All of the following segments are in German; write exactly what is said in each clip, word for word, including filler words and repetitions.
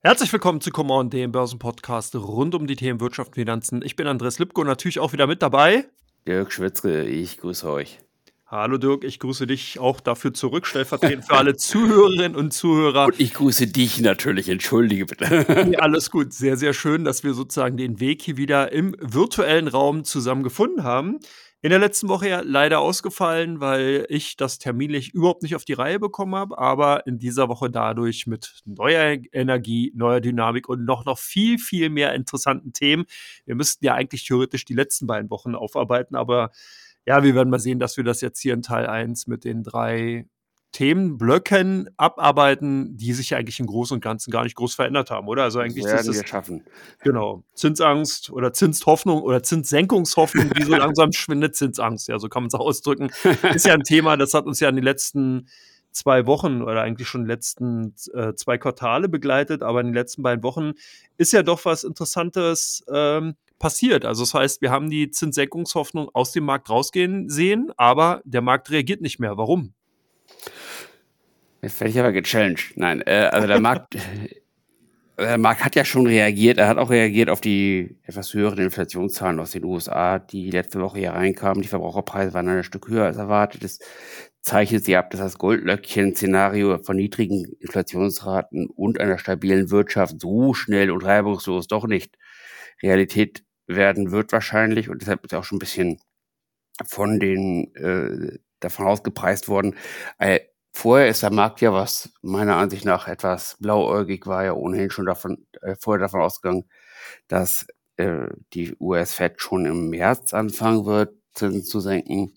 Herzlich willkommen zu Come On, dem Börsenpodcast rund um die Themen Wirtschaft und Finanzen. Ich bin Andreas Lipko, natürlich auch wieder mit dabei. Dirk Schwitzke, ich grüße euch. Hallo Dirk, ich grüße dich auch dafür zurück, stellvertretend für alle Zuhörerinnen und Zuhörer. Und ich grüße dich natürlich, entschuldige bitte. Nee, alles gut, sehr, sehr schön, dass wir sozusagen den Weg hier wieder im virtuellen Raum zusammen gefunden haben. In der letzten Woche ja leider ausgefallen, weil ich das terminlich überhaupt nicht auf die Reihe bekommen habe, aber in dieser Woche dadurch mit neuer Energie, neuer Dynamik und noch, noch viel, viel mehr interessanten Themen. Wir müssten ja eigentlich theoretisch die letzten beiden Wochen aufarbeiten, aber ja, wir werden mal sehen, dass wir das jetzt hier in Teil eins mit den drei Themenblöcken abarbeiten, die sich ja eigentlich im Großen und Ganzen gar nicht groß verändert haben, oder? Also eigentlich Das ist werden es wir schaffen. genau, Zinsangst oder Zinshoffnung oder Zinssenkungshoffnung, die so langsam schwindet. Zinsangst, ja, so kann man es ausdrücken. Ist ja ein Thema, das hat uns ja in den letzten zwei Wochen oder eigentlich schon die letzten äh, zwei Quartale begleitet, aber in den letzten beiden Wochen ist ja doch was Interessantes ähm, passiert. Also das heißt, wir haben die Zinssenkungshoffnung aus dem Markt rausgehen sehen, aber der Markt reagiert nicht mehr. Warum? Jetzt werde ich aber gechallenged. Nein, äh, also der Markt, der Markt hat ja schon reagiert. Er hat auch reagiert auf die etwas höheren Inflationszahlen aus den U S A, die letzte Woche hier reinkamen. Die Verbraucherpreise waren ein Stück höher als erwartet. Das zeichnet sie ab, dass das Goldlöckchen-Szenario von niedrigen Inflationsraten und einer stabilen Wirtschaft so schnell und reibungslos doch nicht Realität werden wird wahrscheinlich. Und deshalb ist auch schon ein bisschen von den äh, davon ausgepreist worden. Äh, vorher ist der Markt ja, was meiner Ansicht nach etwas blauäugig war, ja ohnehin schon davon äh, vorher davon ausgegangen, dass äh, die U S-Fed schon im März anfangen wird, Zinsen zu senken.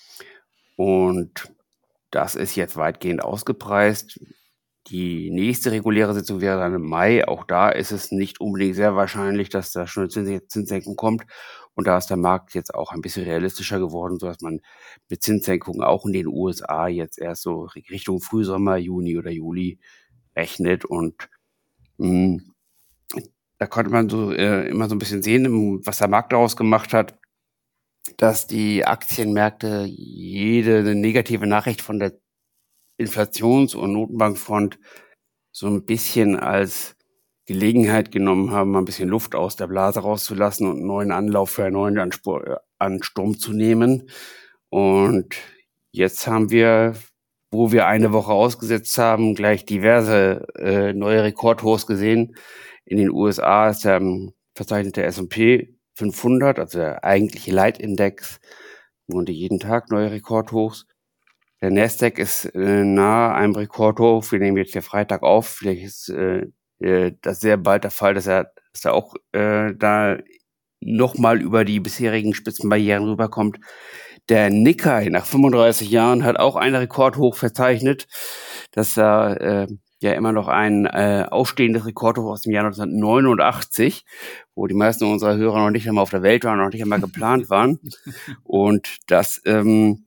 Und das ist jetzt weitgehend ausgepreist. Die nächste reguläre Sitzung wäre dann im Mai. Auch da ist es nicht unbedingt sehr wahrscheinlich, dass da schon eine Zinssenkung kommt. Und da ist der Markt jetzt auch ein bisschen realistischer geworden, sodass man mit Zinssenkungen auch in den U S A jetzt erst so Richtung Frühsommer, Juni oder Juli rechnet. Und mh, da konnte man so äh, immer so ein bisschen sehen, was der Markt daraus gemacht hat, dass die Aktienmärkte jede negative Nachricht von der Inflations- und Notenbankfront so ein bisschen als Gelegenheit genommen haben, mal ein bisschen Luft aus der Blase rauszulassen und einen neuen Anlauf für einen neuen Anspur, Ansturm zu nehmen. Und jetzt haben wir, wo wir eine Woche ausgesetzt haben, gleich diverse äh, neue Rekordhochs gesehen. In den U S A ist der ähm, verzeichnete S und P fünfhundert, also der eigentliche Leitindex, und jeden Tag neue Rekordhochs. Der Nasdaq ist äh, nahe einem Rekordhoch. Wir nehmen jetzt der Freitag auf. Vielleicht ist äh, äh, das sehr bald der Fall, dass er, dass er auch äh, da nochmal über die bisherigen Spitzenbarrieren rüberkommt. Der Nikkei nach fünfunddreißig Jahren hat auch einen Rekordhoch verzeichnet. Das war äh, ja immer noch ein äh, aufstehendes Rekordhoch aus dem Jahr neunzehnhundertneunundachtzig, wo die meisten unserer Hörer noch nicht einmal auf der Welt waren, noch nicht einmal geplant waren. Und das ähm,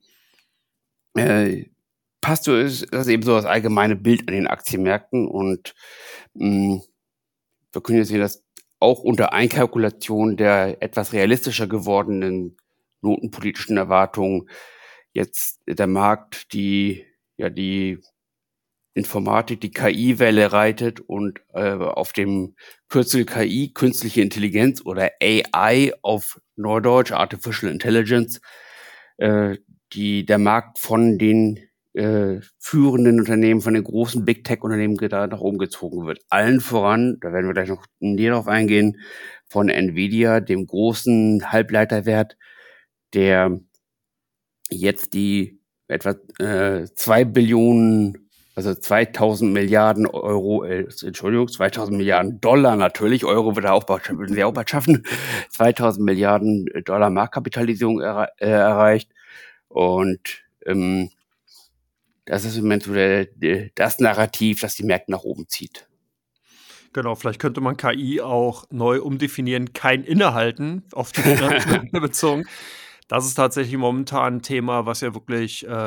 äh, passt so, ist das ist eben so das allgemeine Bild an den Aktienmärkten. Und mh, wir können jetzt sehen, dass auch unter Einkalkulation der etwas realistischer gewordenen notenpolitischen Erwartungen jetzt der Markt die ja die Informatik, die K I-Welle reitet und äh, auf dem Kürzel K I, künstliche Intelligenz oder A I auf Neudeutsch, Artificial Intelligence, äh, die der Markt von den äh, führenden Unternehmen, von den großen Big Tech-Unternehmen da nach oben gezogen wird. Allen voran, da werden wir gleich noch näher drauf eingehen, von Nvidia, dem großen Halbleiterwert, der jetzt die etwa äh, zwei Billionen, also zweitausend Milliarden Euro, äh, Entschuldigung, zweitausend Milliarden Dollar natürlich, Euro wird er auch bald, würden wir auch bald schaffen, zweitausend Milliarden Dollar Marktkapitalisierung er, äh, erreicht. Und ähm, das ist im Moment so der, der, das Narrativ, das die Märkte nach oben zieht. Genau, vielleicht könnte man K I auch neu umdefinieren, kein Innehalten auf die Finanzmärkte bezogen. Das ist tatsächlich momentan ein Thema, was ja wirklich äh,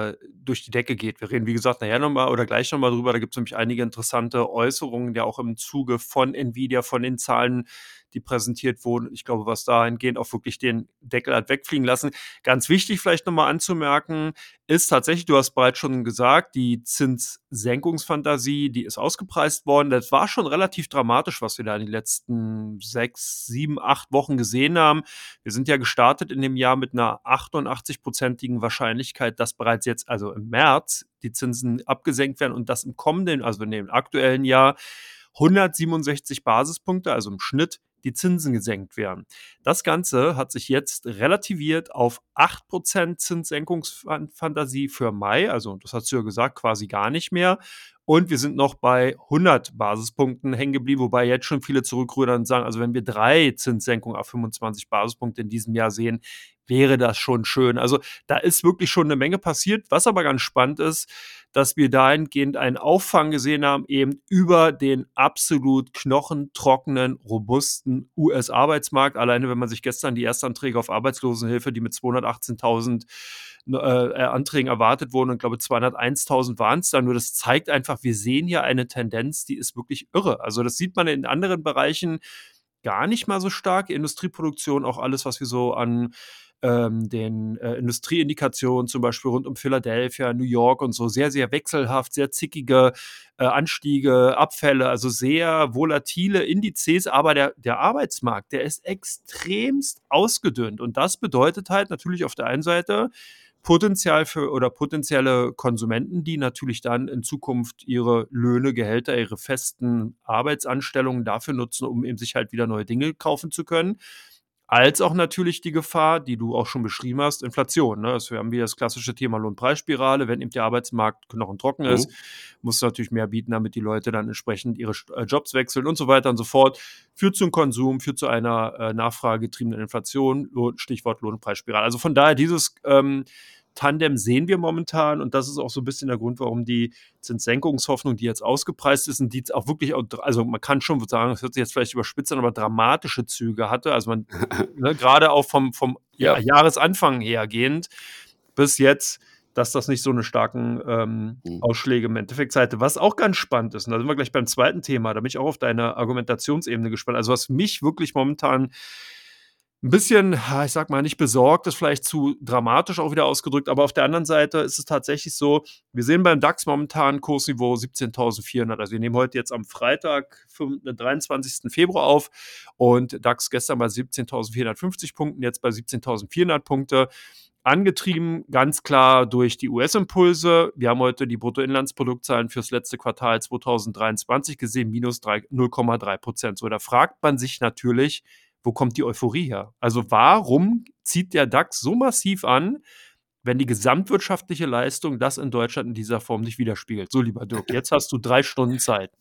durch die Decke geht. Wir reden, wie gesagt, nachher noch mal oder gleich noch mal drüber. Da gibt's nämlich einige interessante Äußerungen, ja auch im Zuge von Nvidia, von den Zahlen, die präsentiert wurden. Ich glaube, was dahingehend auch wirklich den Deckel hat wegfliegen lassen. Ganz wichtig vielleicht noch mal anzumerken, ist tatsächlich, du hast bereits schon gesagt, die Zinssenkungsfantasie, die ist ausgepreist worden. Das war schon relativ dramatisch, was wir da in den letzten sechs, sieben, acht Wochen gesehen haben. Wir sind ja gestartet in dem Jahr mit einer achtundachtzig-prozentigen Wahrscheinlichkeit, dass bereits jetzt, also im März, die Zinsen abgesenkt werden und das im kommenden, also in dem aktuellen Jahr, hundertsiebenundsechzig Basispunkte, also im Schnitt, die Zinsen gesenkt werden. Das Ganze hat sich jetzt relativiert auf acht Prozent Zinssenkungsfantasie für Mai, also das hast du ja gesagt, quasi gar nicht mehr. Und wir sind noch bei hundert Basispunkten hängen geblieben, wobei jetzt schon viele zurückrudern und sagen, also wenn wir drei Zinssenkungen auf fünfundzwanzig Basispunkte in diesem Jahr sehen, wäre das schon schön. Also da ist wirklich schon eine Menge passiert. Was aber ganz spannend ist, dass wir dahingehend einen Auffang gesehen haben, eben über den absolut knochentrockenen, robusten U S-Arbeitsmarkt. Alleine, wenn man sich gestern die Erstanträge auf Arbeitslosenhilfe, die mit zweihundertachtzehntausend äh, Anträgen erwartet wurden, und ich glaube zweihunderteintausend waren es dann. Nur das zeigt einfach, wir sehen hier eine Tendenz, die ist wirklich irre. Also das sieht man in anderen Bereichen gar nicht mal so stark. Industrieproduktion, auch alles, was wir so an ähm, den äh, Industrieindikationen, zum Beispiel rund um Philadelphia, New York und so, sehr, sehr wechselhaft, sehr zickige äh, Anstiege, Abfälle, also sehr volatile Indizes, aber der, der Arbeitsmarkt, der ist extremst ausgedünnt. Und das bedeutet halt natürlich auf der einen Seite Potenzial für oder potenzielle Konsumenten, die natürlich dann in Zukunft ihre Löhne, Gehälter, ihre festen Arbeitsanstellungen dafür nutzen, um eben sich halt wieder neue Dinge kaufen zu können. Als auch natürlich die Gefahr, die du auch schon beschrieben hast, Inflation, ne? Also, wir haben wieder das klassische Thema Lohnpreisspirale. Wenn eben der Arbeitsmarkt knochentrocken ist, Mhm. musst du natürlich mehr bieten, damit die Leute dann entsprechend ihre St äh, Jobs wechseln und so weiter und so fort. Führt zum Konsum, führt zu einer, äh, nachfragegetriebenen Inflation, Lohn Stichwort Lohnpreisspirale. Also, von daher dieses, ähm, Tandem sehen wir momentan und das ist auch so ein bisschen der Grund, warum die Zinssenkungshoffnung, die jetzt ausgepreist ist und die jetzt auch wirklich auch also, man kann schon sagen, das hört sich jetzt vielleicht überspitzt an, aber dramatische Züge hatte. Also, man ne, grade auch vom vom Ja Ja. Jahresanfang hergehend bis jetzt, dass das nicht so 'ne starken, ähm, Mhm. Ausschläge im Endeffekt hatte. Was auch ganz spannend ist, und da sind wir gleich beim zweiten Thema, da bin ich auch auf deine Argumentationsebene gespannt. Also, was mich wirklich momentan 'n bisschen, ha, ich sage mal, nicht besorgt, ist vielleicht zu dramatisch auch wieder ausgedrückt, aber auf der anderen Seite ist es tatsächlich so, wir sehen beim DAX momentan Kursniveau siebzehntausendvierhundert. Also, wir nehmen heute jetzt am Freitag, fünf äh, dreiundzwanzigsten Februar auf und DAX gestern bei siebzehntausendvierhundertfünfzig Punkten, jetzt bei siebzehntausendvierhundert Punkte. Angetrieben ganz klar durch die U S-Impulse. Wir haben heute die Bruttoinlandsproduktzahlen fürs letzte Quartal zweitausenddreiundzwanzig gesehen, minus drei null Komma drei Prozent. So, da fragt man sich natürlich, wo kommt die Euphorie her? Also, warum zieht der DAX so massiv an, wenn die gesamtwirtschaftliche Leistung das in Deutschland in dieser Form nicht widerspiegelt? So, lieber Dirk, jetzt hast du drei Stunden Zeit.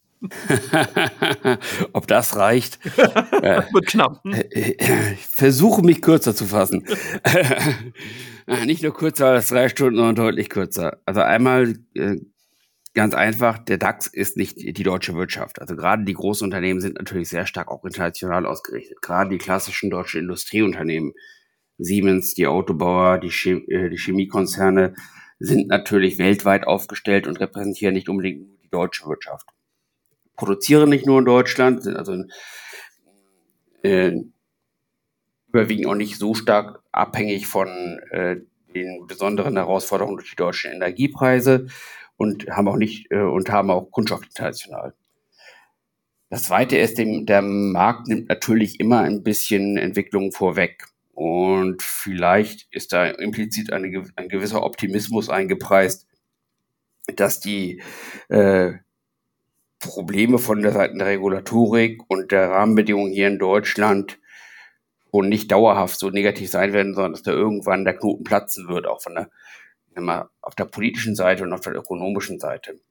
Ob das reicht? Äh, Wird knapp, hm? äh, ich versuche, mich kürzer zu fassen. Äh, Nicht nur kürzer als drei Stunden, sondern deutlich kürzer. Also einmal äh, ganz einfach, der DAX ist nicht die deutsche Wirtschaft. Also gerade die Großunternehmen sind natürlich sehr stark auch international ausgerichtet. Gerade die klassischen deutschen Industrieunternehmen, Siemens, die Autobauer, die, Chem äh, die Chemiekonzerne, sind natürlich weltweit aufgestellt und repräsentieren nicht unbedingt nur die deutsche Wirtschaft. Produzieren nicht nur in Deutschland, sind also äh, überwiegend auch nicht so stark abhängig von äh, den besonderen Herausforderungen durch die deutschen Energiepreise und haben auch nicht äh, und haben auch Kundschaft international. Das Zweite ist, dem, der Markt nimmt natürlich immer ein bisschen Entwicklung vorweg. Und vielleicht ist da implizit eine, ein gewisser Optimismus eingepreist, dass die äh, Probleme von der Seite der Regulatorik und der Rahmenbedingungen hier in Deutschland und nicht dauerhaft so negativ sein werden, sondern dass da irgendwann der Knoten platzen wird, auch von der, immer auf der politischen Seite und auf der ökonomischen Seite.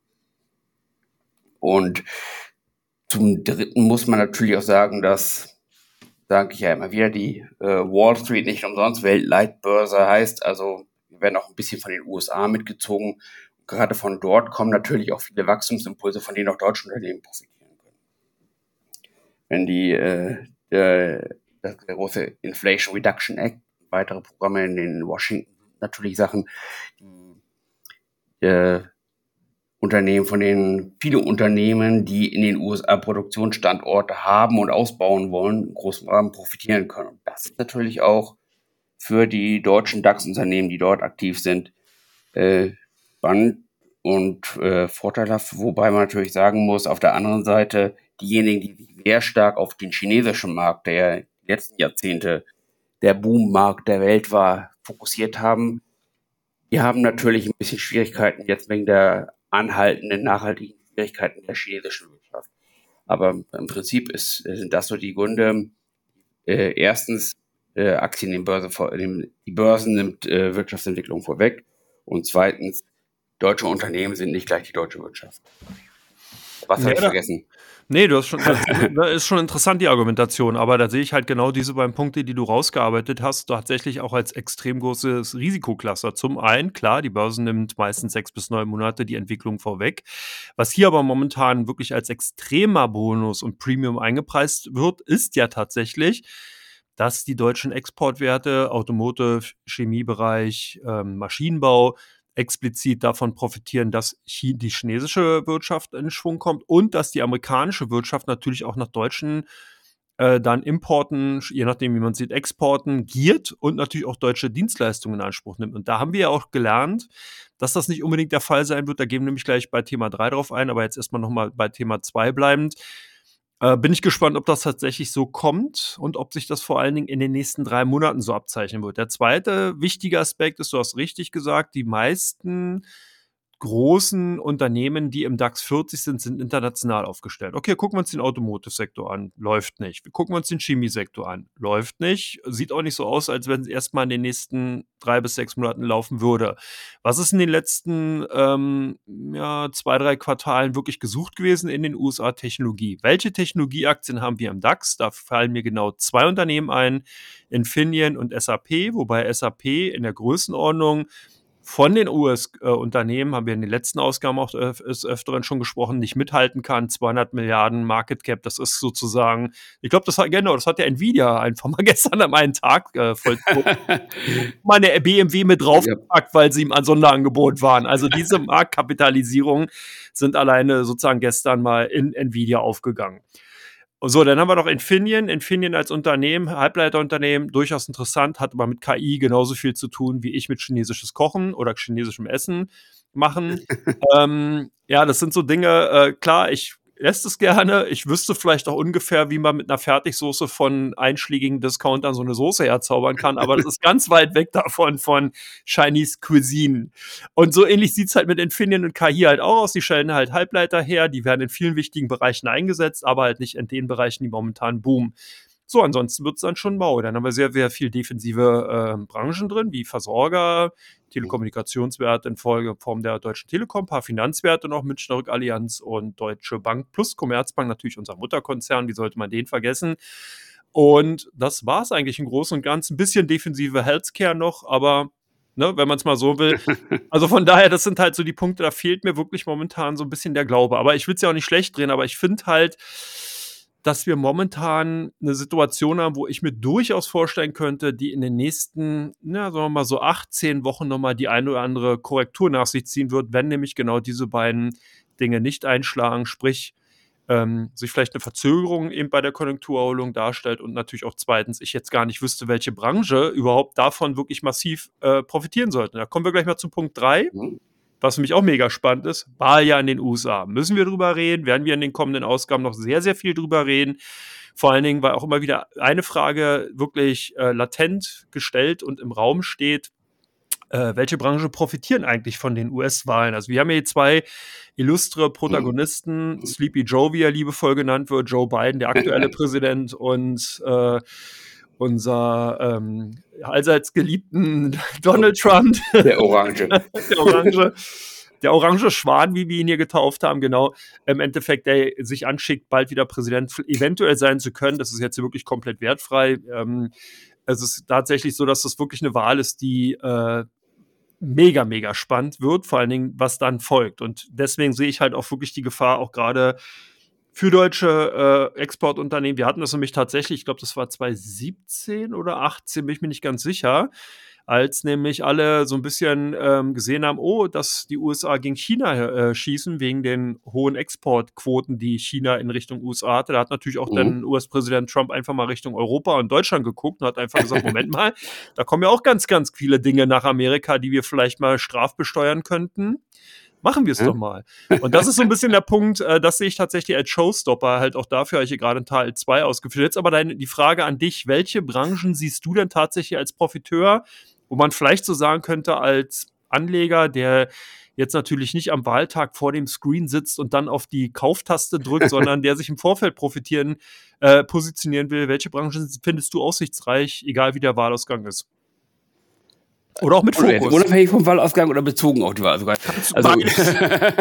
Und zum Dritten muss man natürlich auch sagen, dass, sage ich ja immer wieder, die äh, Wall Street nicht umsonst Weltleitbörse heißt. Also wir werden auch ein bisschen von den U S A mitgezogen. Gerade von dort kommen natürlich auch viele Wachstumsimpulse, von denen auch deutsche Unternehmen profitieren können. Wenn die äh, der, der große Inflation Reduction Act, weitere Programme in den Washington, natürlich Sachen, die äh, Unternehmen, von denen viele Unternehmen, die in den U S A Produktionsstandorte haben und ausbauen wollen, im großen Rahmen profitieren können. Und das ist natürlich auch für die deutschen DAX-Unternehmen, die dort aktiv sind, äh, spannend und äh, vorteilhaft. Wobei man natürlich sagen muss, auf der anderen Seite, diejenigen, die sich sehr stark auf den chinesischen Markt, der ja die letzten Jahrzehnte der Boommarkt der Welt war, fokussiert haben, die haben natürlich ein bisschen Schwierigkeiten jetzt wegen der anhaltenden nachhaltigen Schwierigkeiten der chinesischen Wirtschaft. Aber im Prinzip ist, sind das so die Gründe. Äh, erstens, äh, Aktien in Börse vor, in, die Börsen nimmt äh, Wirtschaftsentwicklung vorweg. Und zweitens, deutsche Unternehmen sind nicht gleich die deutsche Wirtschaft. Was habe Ja, ich da, vergessen? nee, du hast schon, das, das ist schon interessant, die Argumentation, aber da sehe ich halt genau diese beiden Punkte, die du rausgearbeitet hast, tatsächlich auch als extrem großes Risikocluster. Zum einen, klar, die Börse nimmt meistens sechs bis neun Monate die Entwicklung vorweg. Was hier aber momentan wirklich als extremer Bonus und Premium eingepreist wird, ist ja tatsächlich, dass die deutschen Exportwerte, Automotive, Chemiebereich, ähm, Maschinenbau, explizit davon profitieren, dass Chi die chinesische Wirtschaft in Schwung kommt und dass die amerikanische Wirtschaft natürlich auch nach deutschen äh, dann Importen, je nachdem wie man sieht, Exporten giert und natürlich auch deutsche Dienstleistungen in Anspruch nimmt. Und da haben wir ja auch gelernt, dass das nicht unbedingt der Fall sein wird. Da gehen wir nämlich gleich bei Thema drei drauf ein, aber jetzt erstmal nochmal bei Thema zwei bleibend. Äh, bin ich gespannt, ob das tatsächlich so kommt und ob sich das vor allen Dingen in den nächsten drei Monaten so abzeichnen wird. Der zweite wichtige Aspekt ist, du hast richtig gesagt, die meisten großen Unternehmen, die im DAX vierzig sind, sind international aufgestellt. Okay, gucken wir uns den Automotive-Sektor an, läuft nicht. Wir gucken uns den Chemiesektor an, läuft nicht. Sieht auch nicht so aus, als wenn es erstmal in den nächsten drei bis sechs Monaten laufen würde. Was ist in den letzten ähm, ja, zwei, drei Quartalen wirklich gesucht gewesen in den U S A? Technologie. Welche Technologieaktien haben wir im DAX? Da fallen mir genau zwei Unternehmen ein, Infineon und S A P, wobei S A P in der Größenordnung von den U S-Unternehmen, haben wir in den letzten Ausgaben auch äh, des Öfteren schon gesprochen, nicht mithalten kann. zweihundert Milliarden Market Cap, das ist sozusagen, ich glaube, das hat, genau, das hat der Nvidia einfach mal gestern am einen Tag äh, vollzogen. Meine B M W mit draufgepackt, weil sie im Sonderangebot waren. Also diese Marktkapitalisierung sind alleine sozusagen gestern mal in Nvidia aufgegangen. So, dann haben wir noch Infineon. Infineon als Unternehmen, Halbleiterunternehmen, durchaus interessant, hat aber mit K I genauso viel zu tun, wie ich mit chinesisches Kochen oder chinesischem Essen machen. ähm, ja, das sind so Dinge, äh, klar, ich esse es gerne. Ich wüsste vielleicht auch ungefähr, wie man mit einer Fertigsoße von einschlägigen Discountern so eine Soße herzaubern kann, aber das ist ganz weit weg davon von Chinese Cuisine. Und so ähnlich sieht's halt mit Infineon und K I halt auch aus. Die stellen halt Halbleiter her, die werden in vielen wichtigen Bereichen eingesetzt, aber halt nicht in den Bereichen, die momentan boomen. So, ansonsten wird's dann schon mau. Dann haben wir sehr, sehr viel defensive äh, Branchen drin, wie Versorger, Telekommunikationswerte in Folge Form der Deutschen Telekom, paar Finanzwerte noch, Münchner Rückallianz und Deutsche Bank plus Commerzbank, natürlich unser Mutterkonzern, wie sollte man den vergessen? Und das war's eigentlich im Großen und Ganzen. Ein bisschen defensive Healthcare noch, aber ne, wenn man es mal so will. Also von daher, das sind halt so die Punkte, da fehlt mir wirklich momentan so ein bisschen der Glaube. Aber ich will es ja auch nicht schlecht drehen, aber ich finde halt, dass wir momentan eine Situation haben, wo ich mir durchaus vorstellen könnte, die in den nächsten, na, sagen wir mal so acht, zehn Wochen noch mal die eine oder andere Korrektur nach sich ziehen wird, wenn nämlich genau diese beiden Dinge nicht einschlagen, sprich, ähm, sich vielleicht eine Verzögerung eben bei der Konjunkturerholung darstellt und natürlich auch zweitens, ich jetzt gar nicht wüsste, welche Branche überhaupt davon wirklich massiv äh, profitieren sollte. Da kommen wir gleich mal zu Punkt drei. Mhm. Was für mich auch mega spannend ist, Wahljahr in den U S A. Müssen wir drüber reden, werden wir in den kommenden Ausgaben noch sehr, sehr viel drüber reden. Vor allen Dingen, weil auch immer wieder eine Frage wirklich äh, latent gestellt und im Raum steht, äh, welche Branche profitieren eigentlich von den U S-Wahlen? Also wir haben hier zwei illustre Protagonisten, Sleepy Joe, wie er liebevoll genannt wird, Joe Biden, der aktuelle Präsident, und äh, unser ähm, allseits geliebten Donald Trump. Der Orange. Der Orange. Der orange Schwan, wie wir ihn hier getauft haben, genau, im Endeffekt, der sich anschickt, bald wieder Präsident eventuell sein zu können. Das ist jetzt wirklich komplett wertfrei. Ähm, es ist tatsächlich so, dass das wirklich eine Wahl ist, die äh, mega, mega spannend wird, vor allen Dingen, was dann folgt. Und deswegen sehe ich halt auch wirklich die Gefahr, auch gerade für deutsche äh, Exportunternehmen. Wir hatten das nämlich tatsächlich, ich glaube, das war zwanzig siebzehn oder achtzehn, bin ich mir nicht ganz sicher, als nämlich alle so ein bisschen ähm, gesehen haben, oh, dass die U S A gegen China äh, schießen, wegen den hohen Exportquoten, die China in Richtung U S A hatte. Da hat natürlich auch Mhm. dann U S-Präsident Trump einfach mal Richtung Europa und Deutschland geguckt und hat einfach gesagt, Moment mal, da kommen ja auch ganz, ganz viele Dinge nach Amerika, die wir vielleicht mal strafbesteuern könnten. Machen wir es Ja. doch mal. Und das ist so ein bisschen der Punkt, äh, das sehe ich tatsächlich als Showstopper, halt auch dafür habe ich hier gerade einen Teil zwei ausgeführt. Jetzt aber deine, die Frage an dich, welche Branchen siehst du denn tatsächlich als Profiteur, wo man vielleicht so sagen könnte, als Anleger, der jetzt natürlich nicht am Wahltag vor dem Screen sitzt und dann auf die Kauftaste drückt, sondern der sich im Vorfeld profitieren, äh, positionieren will, welche Branchen findest du aussichtsreich, egal wie der Wahlausgang ist? Oder auch mit Oder jetzt Fokus. unabhängig vom Wahlausgang oder bezogen auf die Wahlausgang? Kannst du Also, beides.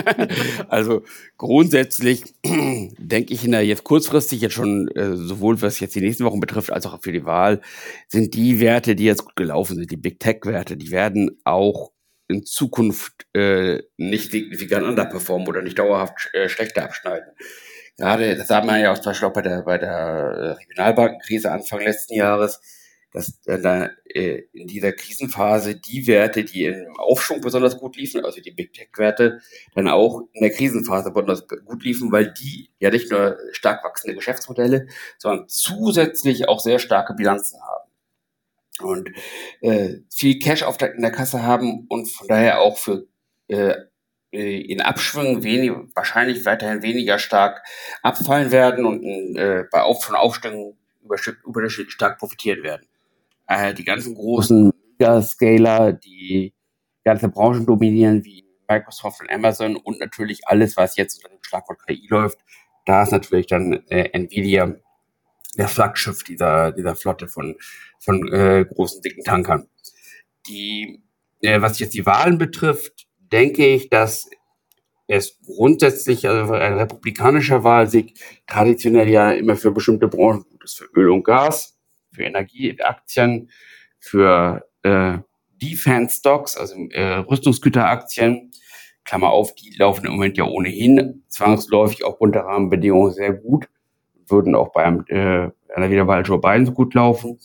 also grundsätzlich denke ich, in der jetzt kurzfristig jetzt schon, äh, sowohl was jetzt die nächsten Wochen betrifft, als auch für die Wahl, sind die Werte, die jetzt gut gelaufen sind, die Big Tech-Werte, die werden auch in Zukunft äh, nicht signifikant underperformen oder nicht dauerhaft äh, schlechter abschneiden. Gerade, das sah man ja auch zum Beispiel auch bei der, bei der äh, Regionalbankenkrise Anfang letzten Jahres, dass äh, da, äh, in dieser Krisenphase die Werte, die im Aufschwung besonders gut liefen, also die Big Tech-Werte, dann auch in der Krisenphase besonders gut liefen, weil die ja nicht nur stark wachsende Geschäftsmodelle, sondern zusätzlich auch sehr starke Bilanzen haben und äh, viel Cash auf der, in der Kasse haben und von daher auch für äh, in Abschwüngen wenig, wahrscheinlich weiterhin weniger stark abfallen werden und äh, bei Auf- von Aufschwüngen überdurchschnittlich stark profitieren werden. Äh, die ganzen großen Megascaler, die ganze Branchen dominieren, wie Microsoft und Amazon und natürlich alles, was jetzt unter dem Schlagwort K I läuft, da ist natürlich dann äh, Nvidia der Flaggschiff dieser, dieser Flotte von, von äh, großen, dicken Tankern. Die, äh, was jetzt die Wahlen betrifft, denke ich, dass es grundsätzlich, also ein republikanischer Wahlsieg, traditionell ja immer für bestimmte Branchen gut ist, für Öl und Gas, für Energieaktien, für äh, Defense-Stocks, also äh, Rüstungsgüteraktien, Klammer auf, die laufen im Moment ja ohnehin zwangsläufig auch unter Rahmenbedingungen sehr gut, würden auch bei einem, äh, einer Wiederwahl Joe Biden so gut laufen.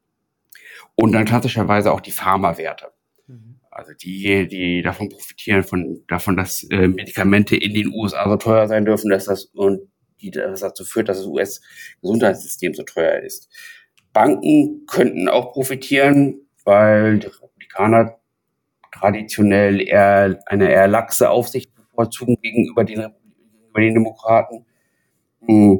Und dann klassischerweise auch die Pharmawerte. Also die, die davon profitieren, von davon, dass äh, Medikamente in den U S A so teuer sein dürfen, dass das und die das dazu führt, dass das U S-Gesundheitssystem so teuer ist. Banken könnten auch profitieren, weil die Republikaner traditionell eher eine eher laxe Aufsicht bevorzugen gegenüber den, gegenüber den Demokraten. Hm.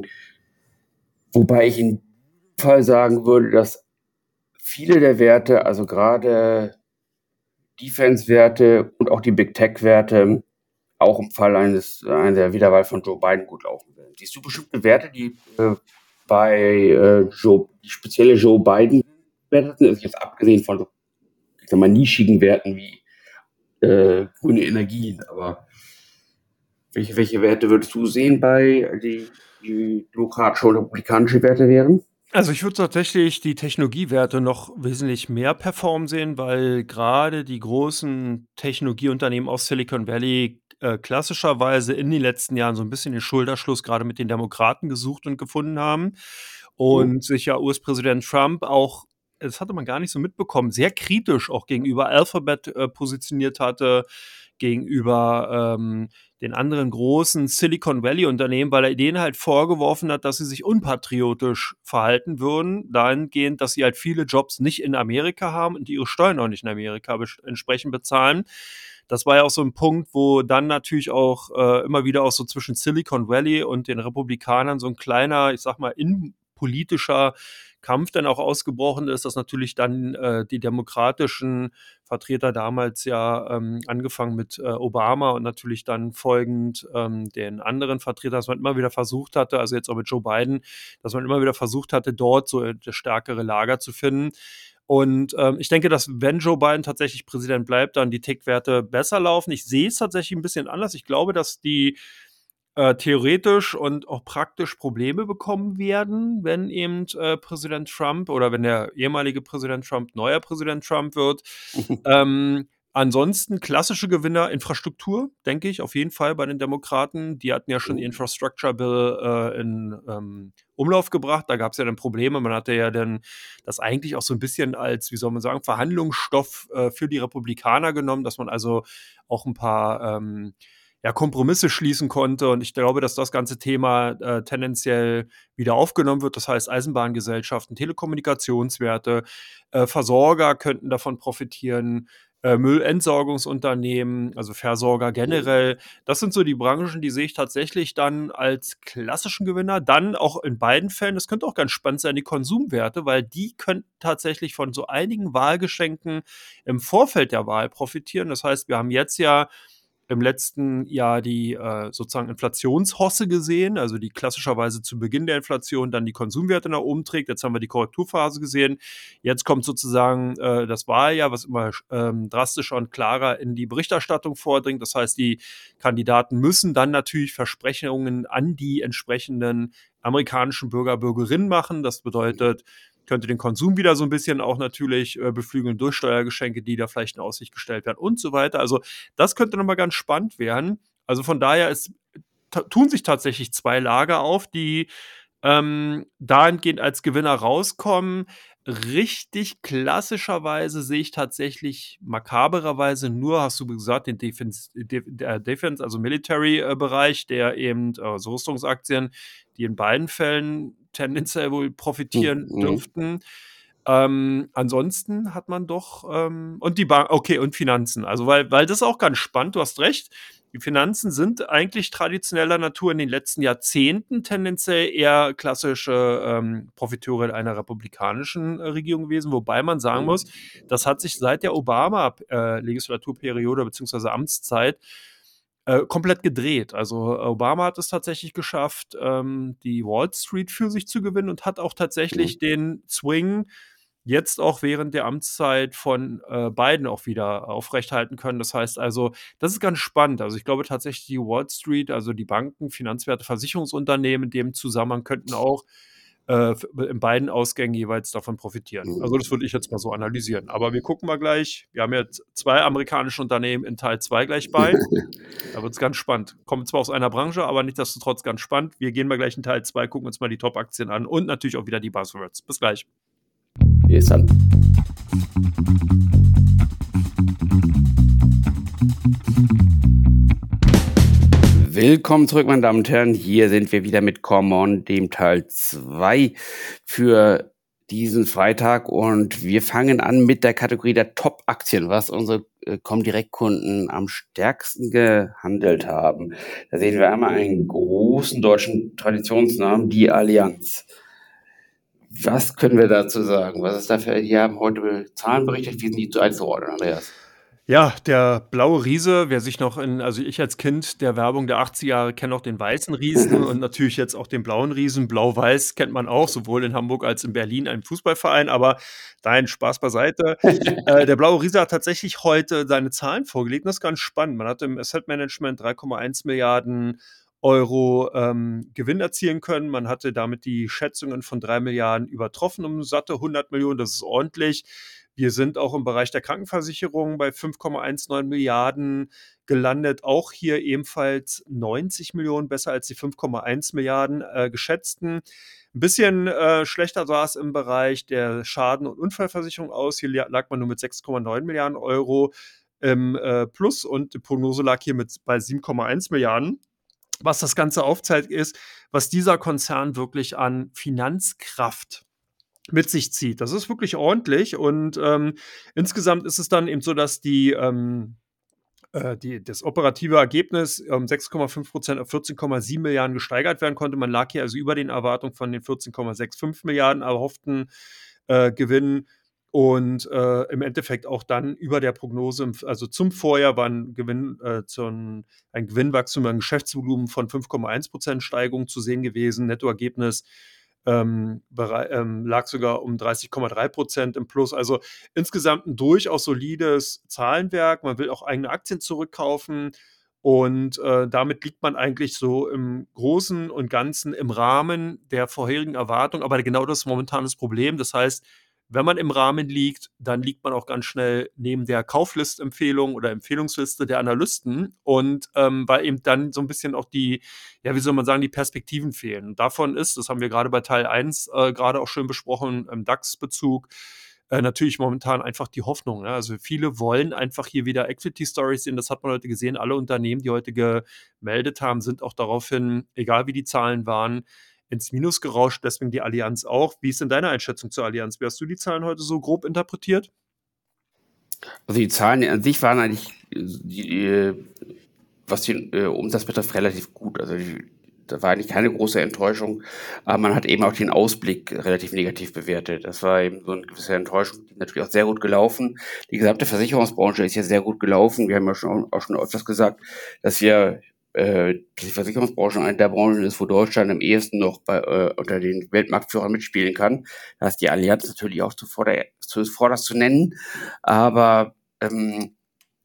Wobei ich in dem Fall sagen würde, dass viele der Werte, also gerade Defense-Werte und auch die Big Tech-Werte auch im Fall eines einer Wiederwahl von Joe Biden gut laufen werden. Siehst du bestimmte Werte, die äh, bei äh, Joe, die spezielle Joe Biden-Werte sind, also jetzt abgesehen von so, ich sag mal, nischigen Werten wie äh, grüne Energien, aber welche, welche Werte würdest du sehen bei die, die demokratische und republikanische Werte wären? Also ich würde tatsächlich die Technologiewerte noch wesentlich mehr performen sehen, weil gerade die großen Technologieunternehmen aus Silicon Valley äh, klassischerweise in den letzten Jahren so ein bisschen den Schulterschluss gerade mit den Demokraten gesucht und gefunden haben Hm? und sich ja U S-Präsident Trump auch, das hatte man gar nicht so mitbekommen, sehr kritisch auch gegenüber Alphabet äh, positioniert hatte, gegenüber ähm, den anderen großen Silicon Valley-Unternehmen, weil er denen halt vorgeworfen hat, dass sie sich unpatriotisch verhalten würden, dahingehend, dass sie halt viele Jobs nicht in Amerika haben und ihre Steuern auch nicht in Amerika be- entsprechend bezahlen. Das war ja auch so ein Punkt, wo dann natürlich auch äh, immer wieder auch so zwischen Silicon Valley und den Republikanern so ein kleiner, ich sag mal, innenpolitischer Kampf dann auch ausgebrochen ist, dass natürlich dann äh, die demokratischen Vertreter damals ja ähm, angefangen mit äh, Obama und natürlich dann folgend ähm, den anderen Vertretern, dass man immer wieder versucht hatte, also jetzt auch mit Joe Biden, dass man immer wieder versucht hatte, dort so das stärkere Lager zu finden. Und ähm, ich denke, dass wenn Joe Biden tatsächlich Präsident bleibt, dann die Tick-Werte besser laufen. Ich sehe es tatsächlich ein bisschen anders. Ich glaube, dass die äh, theoretisch und auch praktisch Probleme bekommen werden, wenn eben äh, Präsident Trump oder wenn der ehemalige Präsident Trump neuer Präsident Trump wird. Ähm, ansonsten klassische Gewinner, Infrastruktur, denke ich, auf jeden Fall bei den Demokraten. Die hatten ja schon die Oh. Infrastructure Bill äh, in ähm, Umlauf gebracht. Da gab es ja dann Probleme. Man hatte ja dann das eigentlich auch so ein bisschen als, wie soll man sagen, Verhandlungsstoff äh, für die Republikaner genommen, dass man also auch ein paar ähm, ja, Kompromisse schließen konnte. Und ich glaube, dass das ganze Thema äh, tendenziell wieder aufgenommen wird. Das heißt, Eisenbahngesellschaften, Telekommunikationswerte, äh, Versorger könnten davon profitieren, äh, Müllentsorgungsunternehmen, also Versorger generell. Das sind so die Branchen, die sehe ich tatsächlich dann als klassischen Gewinner. Dann auch in beiden Fällen, das könnte auch ganz spannend sein, die Konsumwerte, weil die könnten tatsächlich von so einigen Wahlgeschenken im Vorfeld der Wahl profitieren. Das heißt, wir haben jetzt ja im letzten Jahr die äh, sozusagen Inflationshosse gesehen, also die klassischerweise zu Beginn der Inflation dann die Konsumwerte nach oben trägt. Jetzt haben wir die Korrekturphase gesehen. Jetzt kommt sozusagen äh, das Wahljahr, was immer ähm, drastischer und klarer in die Berichterstattung vordringt. Das heißt, die Kandidaten müssen dann natürlich Versprechungen an die entsprechenden amerikanischen Bürger, Bürgerinnen machen. Das bedeutet, könnte den Konsum wieder so ein bisschen auch natürlich äh, beflügeln durch Steuergeschenke, die da vielleicht in Aussicht gestellt werden und so weiter. Also das könnte noch mal ganz spannend werden. Also von daher ist, ta- tun sich tatsächlich zwei Lager auf, die ähm, dahingehend als Gewinner rauskommen. Richtig klassischerweise sehe ich tatsächlich makabererweise nur, hast du gesagt, den Defense, De der Defense also Military-Bereich, der eben äh, so Rüstungsaktien, die in beiden Fällen tendenziell wohl profitieren Mhm. dürften. Ähm, ansonsten hat man doch ähm, und die Bank, okay, und Finanzen. Also, weil, weil das ist auch ganz spannend, du hast recht. Die Finanzen sind eigentlich traditioneller Natur in den letzten Jahrzehnten tendenziell eher klassische ähm, Profiteure einer republikanischen äh, Regierung gewesen, wobei man sagen muss, das hat sich seit der Obama-Legislaturperiode bzw. Amtszeit äh, komplett gedreht. Also Obama hat es tatsächlich geschafft, ähm, die Wall Street für sich zu gewinnen und hat auch tatsächlich Mhm. den Swing jetzt auch während der Amtszeit von äh, Biden auch wieder aufrechthalten können. Das heißt also, das ist ganz spannend. Also ich glaube tatsächlich, die Wall Street, also die Banken, Finanzwerte, Versicherungsunternehmen in dem Zusammenhang könnten auch äh, f- in beiden Ausgängen jeweils davon profitieren. Also das würde ich jetzt mal so analysieren. Aber wir gucken mal gleich. Wir haben jetzt zwei amerikanische Unternehmen in Teil zwei gleich bei. Da wird es ganz spannend. Kommen zwar aus einer Branche, aber nichtsdestotrotz ganz spannend. Wir gehen mal gleich in Teil zwei, gucken uns mal die Top-Aktien an und natürlich auch wieder die Buzzwords. Bis gleich. Bis dann. Willkommen zurück, meine Damen und Herren. Hier sind wir wieder mit Come On, dem Teil zwei für diesen Freitag. Und wir fangen an mit der Kategorie der Top-Aktien, was unsere äh, Comdirect-Kunden am stärksten gehandelt haben. Da sehen wir einmal einen großen deutschen Traditionsnamen, die Allianz. Was können wir dazu sagen? Was ist dafür? Die haben heute Zahlen berichtet. Wie sind die zu einzuordnen, Andreas? Ja, der blaue Riese, wer sich noch in, also ich als Kind der Werbung der achtziger Jahre kenne auch den weißen Riesen und natürlich jetzt auch den blauen Riesen. Blau-Weiß kennt man auch, sowohl in Hamburg als in Berlin, einen Fußballverein, aber nein, Spaß beiseite. Äh, der blaue Riese hat tatsächlich heute seine Zahlen vorgelegt und das ist ganz spannend. Man hat im Asset Management drei Komma eins Milliarden Euro ähm, Gewinn erzielen können. Man hatte damit die Schätzungen von drei Milliarden übertroffen um satte hundert Millionen. Das ist ordentlich. Wir sind auch im Bereich der Krankenversicherung bei fünf Komma neunzehn Milliarden gelandet. Auch hier ebenfalls neunzig Millionen besser als die fünf Komma eins Milliarden äh, geschätzten. Ein bisschen äh, schlechter sah es im Bereich der Schaden- und Unfallversicherung aus. Hier lag man nur mit sechs Komma neun Milliarden Euro im äh, Plus und die Prognose lag hier mit bei sieben Komma eins Milliarden. Was das Ganze aufzeigt, ist, was dieser Konzern wirklich an Finanzkraft mit sich zieht. Das ist wirklich ordentlich und ähm, insgesamt ist es dann eben so, dass die, ähm, äh, die das operative Ergebnis um sechs Komma fünf Prozent auf vierzehn Komma sieben Milliarden gesteigert werden konnte. Man lag hier also über den Erwartungen von den vierzehn Komma fünfundsechzig Milliarden erhofften äh, Gewinnen und äh, im Endeffekt auch dann über der Prognose, im- also zum Vorjahr war ein Gewinn, äh, zum, ein Gewinnwachstum, ein Geschäftsvolumen von fünf Komma eins Prozent Steigerung zu sehen gewesen. Nettoergebnis ähm, berei- ähm, lag sogar um dreißig Komma drei Prozent im Plus. Also insgesamt ein durchaus solides Zahlenwerk. Man will auch eigene Aktien zurückkaufen. Und äh, damit liegt man eigentlich so im Großen und Ganzen im Rahmen der vorherigen Erwartung. Aber genau das ist momentan das Problem. Das heißt, Wenn man im Rahmen liegt, dann liegt man auch ganz schnell neben der Kauflistempfehlung oder Empfehlungsliste der Analysten und, ähm, weil eben dann so 'n bisschen auch die ja, wie soll man sagen, die Perspektiven fehlen. Und davon ist, das haben wir grade bei Teil eins, äh, grade auch schön besprochen im DAX-Bezug, äh, natürlich momentan einfach die Hoffnung, ne? Also, viele wollen einfach hier wieder Equity Stories sehen. Das hat man heute gesehen. Alle Unternehmen, die heute gemeldet haben, sind auch daraufhin, egal wie die Zahlen waren, ins Minus gerauscht, deswegen die Allianz auch. Wie ist denn deine Einschätzung zur Allianz? Wie hast du die Zahlen heute so grob interpretiert? Also, die Zahlen an sich waren eigentlich, die, äh, was den, äh, Umsatz betrifft, relativ gut. Also, die da war eigentlich keine große Enttäuschung, aber man hat eben auch den Ausblick relativ negativ bewertet. Das war eben so 'ne gewisse Enttäuschung, die natürlich auch sehr gut gelaufen. Die gesamte Versicherungsbranche ist ja sehr gut gelaufen. Wir haben ja schon auch schon öfters gesagt, dass wir äh, die Versicherungsbranche eine der Branchen ist, wo Deutschland am ehesten noch bei äh, unter den Weltmarktführern mitspielen kann. Da ist die Allianz natürlich auch zuvorder zuvorderst zu nennen, aber, ähm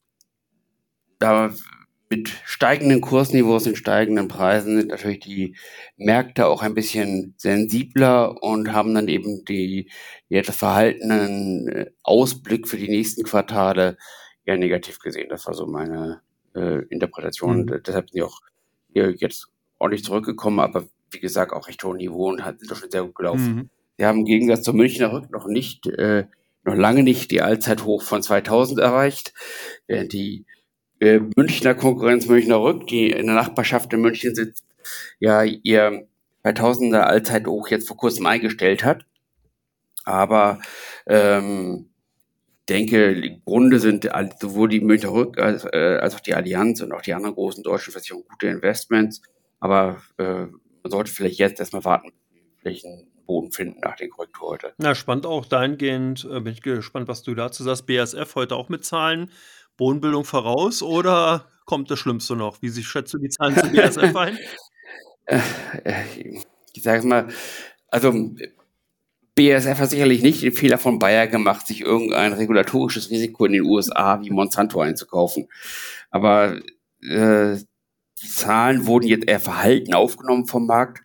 da mit steigenden Kursniveaus und steigenden Preisen sind natürlich die Märkte auch ein bisschen sensibler und haben dann eben die die etwas verhaltenen äh, Ausblick für die nächsten Quartale eher negativ gesehen. Das war so meine, äh, Interpretation. Mhm. D deshalb sind die auch, äh, jetzt ordentlich zurückgekommen, aber wie gesagt, auch recht hohen Niveau und halt sind doch schon sehr gut gelaufen. Mhm. Wir haben im Gegensatz zum Münchner Rück noch nicht äh, noch lange nicht die Allzeithoch von zweitausend erreicht, während die äh, Münchner Konkurrenz Münchner Rück, die in der Nachbarschaft in München sitzt, ja ihr zweitausender Allzeithoch jetzt vor Kurzem eingestellt hat. Aber, ähm, denke, im Grunde sind all sowohl die Münchner Rück als äh, als auch die Allianz und auch die anderen großen deutschen Versicherungen gute Investments. Aber, äh, man sollte vielleicht jetzt erst mal warten, vielleicht 'n Boden finden nach der Korrektur heute. Na, spannend auch dahingehend, äh, bin ich gespannt, was du dazu sagst. B A S F heute auch mit Zahlen, Bodenbildung voraus oder kommt das Schlimmste noch? Wie sie schätzt du die Zahlen zu B A S F ein? Äh, äh, ich sage jetzt mal, also, B A S F hat sicherlich nicht den Fehler von Bayer gemacht, sich irgendein regulatorisches Risiko in den U S A wie Monsanto einzukaufen. Aber, äh, die Zahlen wurden jetzt eher verhalten aufgenommen vom Markt.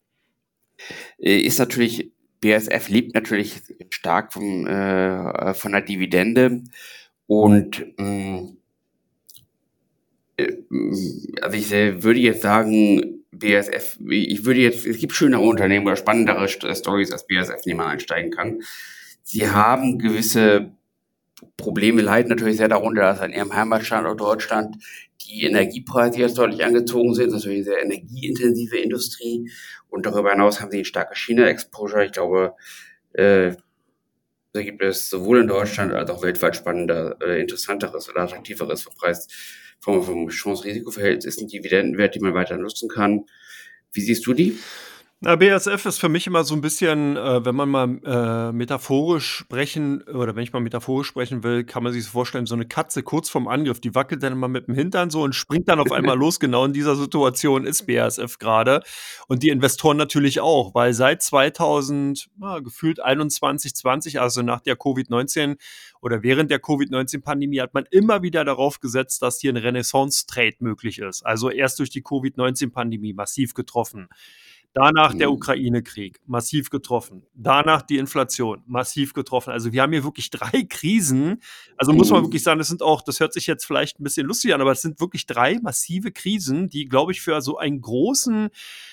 Äh, ist natürlich B A S F lebt natürlich stark vom äh, von der Dividende und, hm äh, hm, also, ich, äh, würde jetzt sagen, B A S F ich würde jetzt es gibt schönere Unternehmen oder spannendere St Storys als B A S F, in die man einsteigen kann. Sie haben gewisse Probleme, leiden natürlich sehr darunter, dass an ihrem Heimatstandort Deutschland die Energiepreise jetzt deutlich angezogen sind. Das ist natürlich 'ne sehr energieintensive Industrie und darüber hinaus haben sie 'n starkes China-Exposure. Ich glaube, äh, da gibt es sowohl in Deutschland als auch weltweit spannender äh, interessanteres oder attraktiveres vom Preis vom vom Chance-Risiko-Verhältnis. Ist 'n Dividendenwert, den man weiter nutzen kann. Wie siehst du die? Na, B A S F ist für mich immer so 'n bisschen, äh, wenn man mal, äh, metaphorisch sprechen oder wenn ich mal metaphorisch sprechen will, kann man sich so vorstellen, so 'ne Katze kurz vorm Angriff, die wackelt dann immer mit'm Hintern so und springt dann auf einmal los. Genau in dieser Situation ist B A S F grade und die Investoren natürlich auch, weil seit zweitausend, na, gefühlt einundzwanzig, zwanzig, also nach der Covid neunzehn oder während der Covid neunzehn Pandemie hat man immer wieder darauf gesetzt, dass hier 'n Renaissance-Trade möglich ist. Also, erst durch die Covid neunzehn Pandemie massiv getroffen. Danach der Mhm. Ukraine-Krieg, massiv getroffen. Danach die Inflation, massiv getroffen. Also, wir haben hier wirklich drei Krisen. Also, muss man wirklich Mhm. sagen, das sind auch das hört sich jetzt vielleicht 'n bisschen lustig an, aber es sind wirklich drei massive Krisen, die, glaube ich, für so einen großen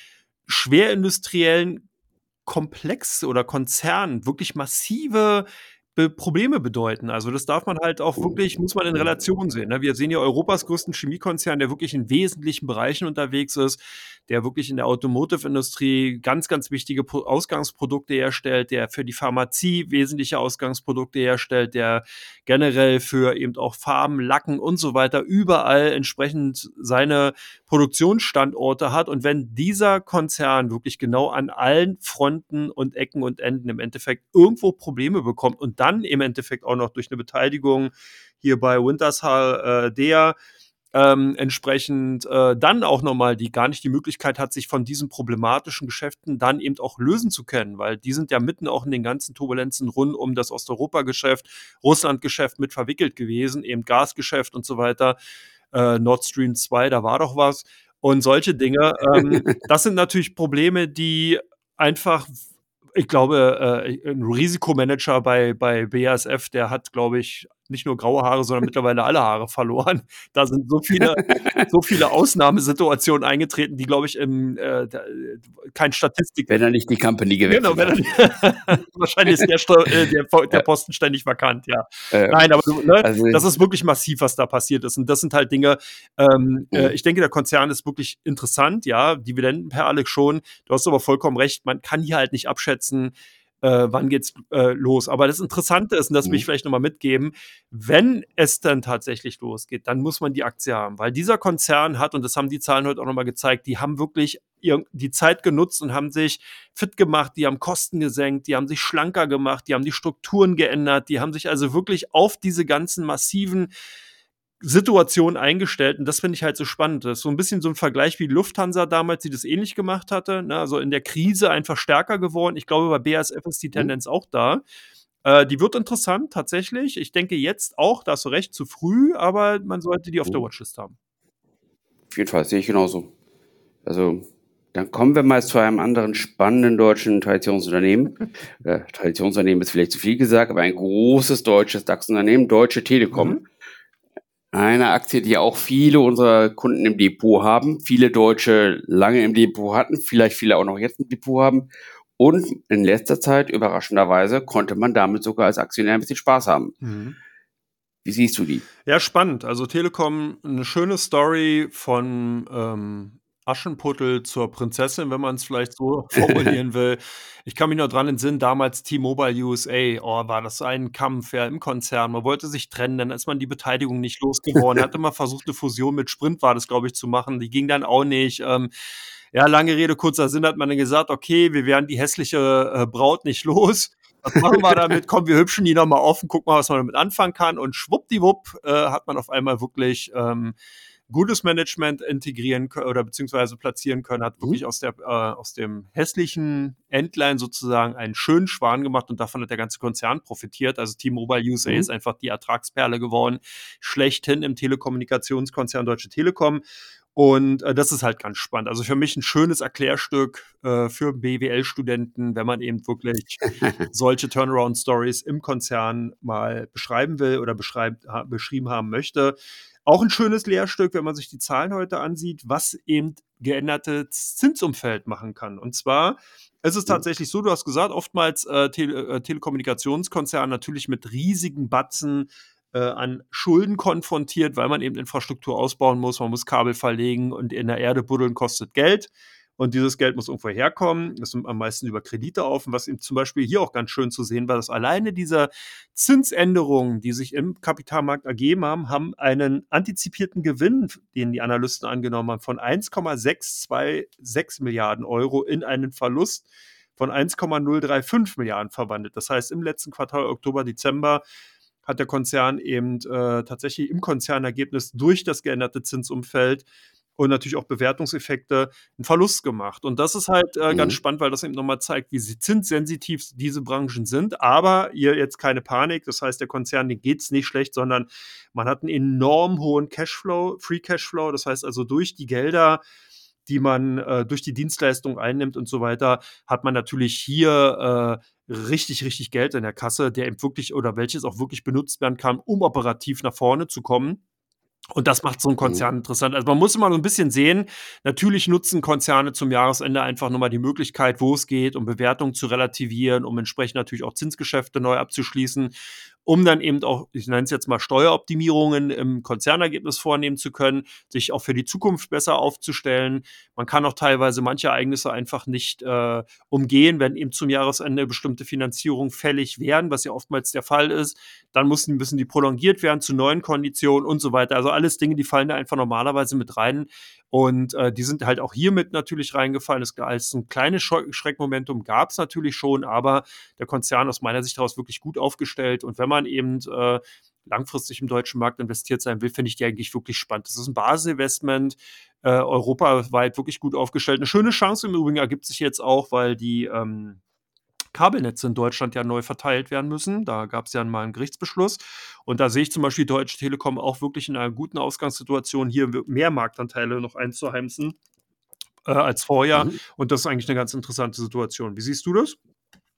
schwerindustriellen Komplex oder Konzern wirklich massive Be Probleme bedeuten. Also, das darf man halt auch wirklich muss man in Relation sehen, ne? Wir sehen hier Europas größten Chemiekonzern, der wirklich in wesentlichen Bereichen unterwegs ist, der wirklich in der Automotive-Industrie ganz, ganz wichtige Pro Ausgangsprodukte herstellt, der für die Pharmazie wesentliche Ausgangsprodukte herstellt, der generell für eben auch Farben, Lacken und so weiter überall entsprechend seine Produktionsstandorte hat. Und wenn dieser Konzern wirklich genau an allen Fronten und Ecken und Enden im Endeffekt irgendwo Probleme bekommt und dann im Endeffekt auch noch durch 'ne Beteiligung hier bei Wintershall, äh, Dea, ähm, entsprechend, äh, dann auch noch mal die gar nicht die Möglichkeit hat, sich von diesen problematischen Geschäften dann eben auch lösen zu können, weil die sind ja mitten auch in den ganzen Turbulenzen rund um das Osteuropa-Geschäft, Russland-Geschäft mit verwickelt gewesen, eben Gasgeschäft und so weiter. Äh, Nord Stream zwei, da war doch was. Und solche Dinge, ähm, das sind natürlich Probleme, die einfach ich glaube, äh, 'n Risikomanager bei bei B A S F, der hat, glaube ich, nicht nur graue Haare, sondern mittlerweile alle Haare verloren. Da sind so viele so viele Ausnahmesituationen eingetreten, die, glaube ich, im äh, da äh, kein Statistik Wenn er nicht die Company Genau, gewechselt wenn er hat. nicht wahrscheinlich ist der Sto äh, der Po der Ja. Posten ständig vakant, ja. Äh, Nein, aber du ne, also das ist wirklich massiv, was da passiert ist. Und das sind halt Dinge, ähm, äh, Mhm. ich denke, der Konzern ist wirklich interessant, ja, Dividendenperle schon. Du hast aber vollkommen recht, man kann hier halt nicht abschätzen, äh, wann geht's, äh, los. Aber das Interessante ist, und das will ich Mhm. vielleicht noch mal mitgeben, wenn es dann tatsächlich losgeht, dann muss man die Aktie haben, weil dieser Konzern hat, und das haben die Zahlen heute auch noch mal gezeigt, die haben wirklich ihr die Zeit genutzt und haben sich fit gemacht, die haben Kosten gesenkt, die haben sich schlanker gemacht, die haben die Strukturen geändert, die haben sich also wirklich auf diese ganzen massiven Situationen eingestellt, und das finde ich halt so spannend. Das ist so 'n bisschen so 'n Vergleich wie Lufthansa damals, die das ähnlich gemacht hatte, ne? Also, in der Krise einfach stärker geworden. Ich glaube, bei B A S F ist die Mhm. Tendenz auch da. Äh, die wird interessant tatsächlich. Ich denke jetzt auch, da hast du recht, zu früh, aber man sollte die auf der Mhm. Watchlist haben. Auf jeden Fall, sehe ich genauso. Also, dann kommen wir mal zu einem anderen spannenden deutschen Traditionsunternehmen. Äh, Traditionsunternehmen ist vielleicht zu viel gesagt, aber ein großes deutsches DAX-Unternehmen, Deutsche Telekom. Mhm. Eine Aktie, die auch viele unserer Kunden im Depot haben, viele Deutsche lange im Depot hatten, vielleicht viele auch noch jetzt im Depot haben. Und in letzter Zeit, überraschenderweise, konnte man damit sogar als Aktionär ein bisschen Spaß haben. Mhm. Wie siehst du die? Ja, spannend. Also, Telekom, 'ne schöne Story von, ähm, Aschenputtel zur Prinzessin, wenn man's vielleicht so formulieren will. Ich kann mich noch dran entsinnen, damals T-Mobile U S A, oh, war das ein Kampf, ja, im Konzern. Man wollte sich trennen, dann ist man die Beteiligung nicht losgeworden, hatte mal versucht, 'ne Fusion mit Sprint war das, glaube ich, zu machen. Die ging dann auch nicht. Ähm, ja, lange Rede, kurzer Sinn, hat man dann gesagt: „Okay, wir werden die hässliche, äh, Braut nicht los. Was machen wir damit? Komm, wir hübschen die noch mal auf und gucken mal, was man damit anfangen kann." Und schwuppdiwupp, äh, hat man auf einmal wirklich, ähm, gutes Management integrieren kö oder beziehungsweise platzieren können, hat Mhm. wirklich aus der äh, aus dem hässlichen Entlein sozusagen einen schönen Schwan gemacht, und davon hat der ganze Konzern profitiert. Also, T-Mobile U S A ist Mhm. einfach die Ertragsperle geworden, schlechthin im Telekommunikationskonzern Deutsche Telekom. Und, äh, das ist halt ganz spannend. Also, für mich 'n schönes Erklärstück, äh, für B W L-Studenten, wenn man eben wirklich solche Turnaround-Stories im Konzern mal beschreiben will oder beschreibt ha beschrieben haben möchte. Auch 'n schönes Lehrstück, wenn man sich die Zahlen heute ansieht, was eben geänderte Zinsumfeld machen kann. Und zwar ist es Mhm. tatsächlich so, du hast gesagt, oftmals, äh, Tele äh, Telekommunikationskonzern natürlich mit riesigen Batzen, äh, an Schulden konfrontiert, weil man eben Infrastruktur ausbauen muss. Man muss Kabel verlegen, und in der Erde buddeln kostet Geld. Und dieses Geld muss irgendwo herkommen. Das nimmt am meisten über Kredite auf. Und was eben zum Beispiel hier auch ganz schön zu sehen war, dass alleine diese Zinsänderungen, die sich im Kapitalmarkt ergeben haben, haben einen antizipierten Gewinn, den die Analysten angenommen haben, von eins Komma sechs zwei sechs Milliarden Euro in einen Verlust von eins Komma null drei fünf Milliarden verwandelt. Das heißt, im letzten Quartal Oktober, Dezember hat der Konzern eben, äh, tatsächlich im Konzernergebnis durch das geänderte Zinsumfeld und natürlich auch Bewertungseffekte 'n Verlust gemacht. Und das ist halt, äh, ganz Mhm. spannend, weil das eben noch mal zeigt, wie si zinssensitiv diese Branchen sind. Aber hier jetzt keine Panik. Das heißt, der Konzern, dem geht's nicht schlecht, sondern man hat 'n enorm hohen Cashflow Free Cashflow. Das heißt also, durch die Gelder, die man, äh, durch die Dienstleistung einnimmt und so weiter, hat man natürlich hier, äh, richtig, richtig Geld in der Kasse, der eben wirklich oder welches auch wirklich benutzt werden kann, um operativ nach vorne zu kommen. Und das macht so 'n Mhm. Konzern interessant. Also, man muss immer so 'n bisschen sehen, natürlich nutzen Konzerne zum Jahresende einfach noch mal die Möglichkeit, wo es geht, um Bewertungen zu relativieren, um entsprechend natürlich auch Zinsgeschäfte neu abzuschließen, um dann eben auch, ich nenne es jetzt mal Steueroptimierungen im Konzernergebnis vornehmen zu können, sich auch für die Zukunft besser aufzustellen. Man kann auch teilweise manche Ereignisse einfach nicht, äh, umgehen, wenn eben zum Jahresende bestimmte Finanzierungen fällig wären, was ja oftmals der Fall ist. Dann müssen müssen die prolongiert werden zu neuen Konditionen und so weiter. Also, alles Dinge, die fallen da einfach normalerweise mit rein. Und, äh, die sind halt auch hiermit natürlich reingefallen. Es ga als 'n kleines Scheu Schreckmomentum gab's natürlich schon, aber der Konzern aus meiner Sicht heraus wirklich gut aufgestellt. Und wenn man eben, äh, langfristig im deutschen Markt investiert sein will, finde ich die eigentlich wirklich spannend. Das ist 'n Basisinvestment, äh, europaweit wirklich gut aufgestellt. 'Ne schöne Chance im Übrigen ergibt sich jetzt auch, weil die, ähm, Kabelnetze in Deutschland ja neu verteilt werden müssen. Da gab's ja mal 'n Gerichtsbeschluss. Und da sehe ich zum Beispiel Deutsche Telekom auch wirklich in einer guten Ausgangssituation, hier w mehr Marktanteile noch einzuheimsen, äh, als vorher. Mhm. Und das ist eigentlich 'ne ganz interessante Situation. Wie siehst du das?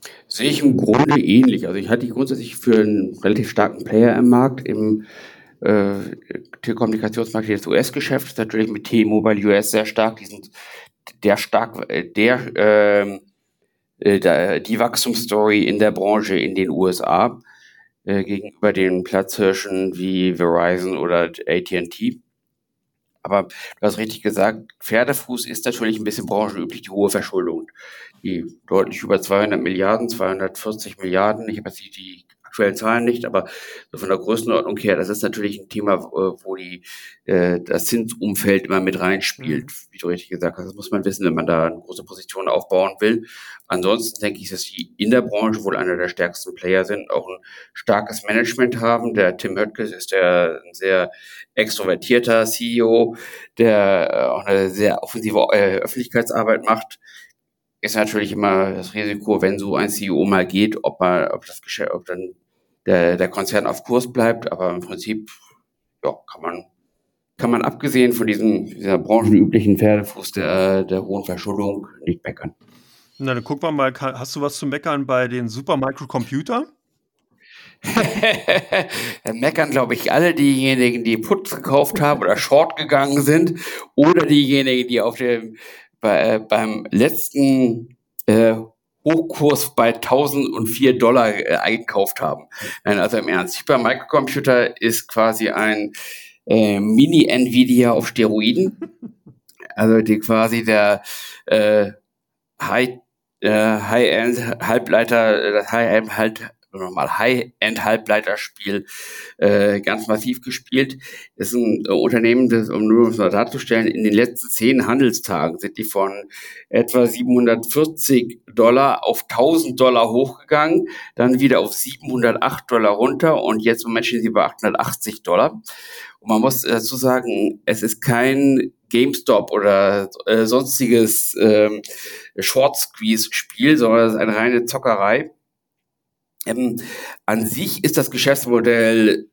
Sehe ich im Grunde ähnlich. Also, ich halte die grundsätzlich für 'n relativ starken Player im Markt, im, äh, Telekommunikationsmarkt. Das U S-Geschäft ist natürlich mit T-Mobile U S sehr stark. Die sind der stark äh, der, ähm, äh, da die Wachstumsstory in der Branche in den U S A, äh, gegenüber den Platzhirschen wie Verizon oder A T and T. Aber du hast richtig gesagt, Pferdefuß ist natürlich ein bisschen branchenüblich, die hohe Verschuldung. Die deutlich über zweihundert Milliarden, zweihundertvierzig Milliarden. Ich habe jetzt die die aktuellen Zahlen nicht, aber so von der Größenordnung her, das ist natürlich ein Thema, äh, wo die äh, das Zinsumfeld immer mit reinspielt, Mhm. wie du richtig gesagt hast. Das muss man wissen, wenn man da eine große Position aufbauen will. Ansonsten denke ich, dass die in der Branche wohl einer der stärksten Player sind, auch ein starkes Management haben. Der Tim Höttges ist der ein sehr extrovertierter C E O, der äh, auch eine sehr offensive äh, Öffentlichkeitsarbeit macht. Ist natürlich immer das Risiko, wenn so ein C E O mal geht, ob man, ob das Geschäft, ob dann der, der Konzern auf Kurs bleibt. Aber im Prinzip, ja, kann man, kann man abgesehen von diesem, dieser branchenüblichen Pferdefuß der, der hohen Verschuldung nicht meckern. Na, dann gucken wir mal, ka hast du was zu meckern bei den Supermicro Computer? Dann meckern, glaube ich, alle diejenigen, die Put gekauft haben oder Short gegangen sind oder diejenigen, die auf dem bei, äh, beim letzten äh, Hochkurs bei tausendvier Dollar äh, eingekauft haben. Nein, also im Ernst. Supermicro Computer ist quasi ein äh, Mini-Nvidia auf Steroiden. Also die quasi der äh, High äh, High-End Halbleiter, das High-End halt nochmal High-End Halbleiterspiel äh, ganz massiv gespielt. Das ist ein äh, Unternehmen, das, um nur mal darzustellen, in den letzten zehn Handelstagen sind die von etwa siebenhundertvierzig Dollar auf tausend Dollar hochgegangen, dann wieder auf siebenhundertacht Dollar runter und jetzt im Moment stehen sie bei achthundertachtzig Dollar. Und man muss dazu sagen, es ist kein GameStop oder äh, sonstiges ähm, Short-Squeeze-Spiel, sondern es ist eine reine Zockerei. Ähm, an sich ist das Geschäftsmodell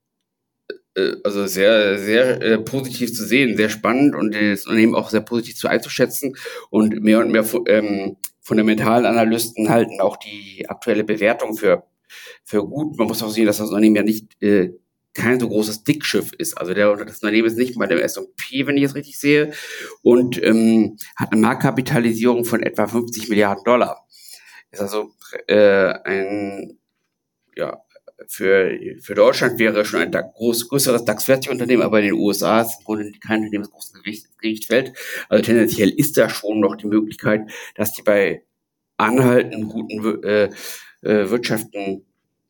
äh, also sehr, sehr äh, positiv zu sehen, sehr spannend und das Unternehmen auch sehr positiv zu einzuschätzen. Und mehr und mehr ähm, Fundamentalanalysten halten auch die aktuelle Bewertung für, für gut. Man muss auch sehen, dass das Unternehmen ja nicht äh, kein so großes Dickschiff ist. Also der, das Unternehmen ist nicht bei dem S und P, wenn ich es richtig sehe, und ähm, hat eine Marktkapitalisierung von etwa fünfzig Milliarden Dollar. Ist also äh, ein, ja, für, für Deutschland wäre schon ein groß, größeres DAX vierzig Unternehmen, aber in den U S A ist im Grunde kein Unternehmen, das großes Gewicht, Gewicht fällt. Also tendenziell ist da schon noch die Möglichkeit, dass die bei anhaltenden guten äh, äh, Wirtschaften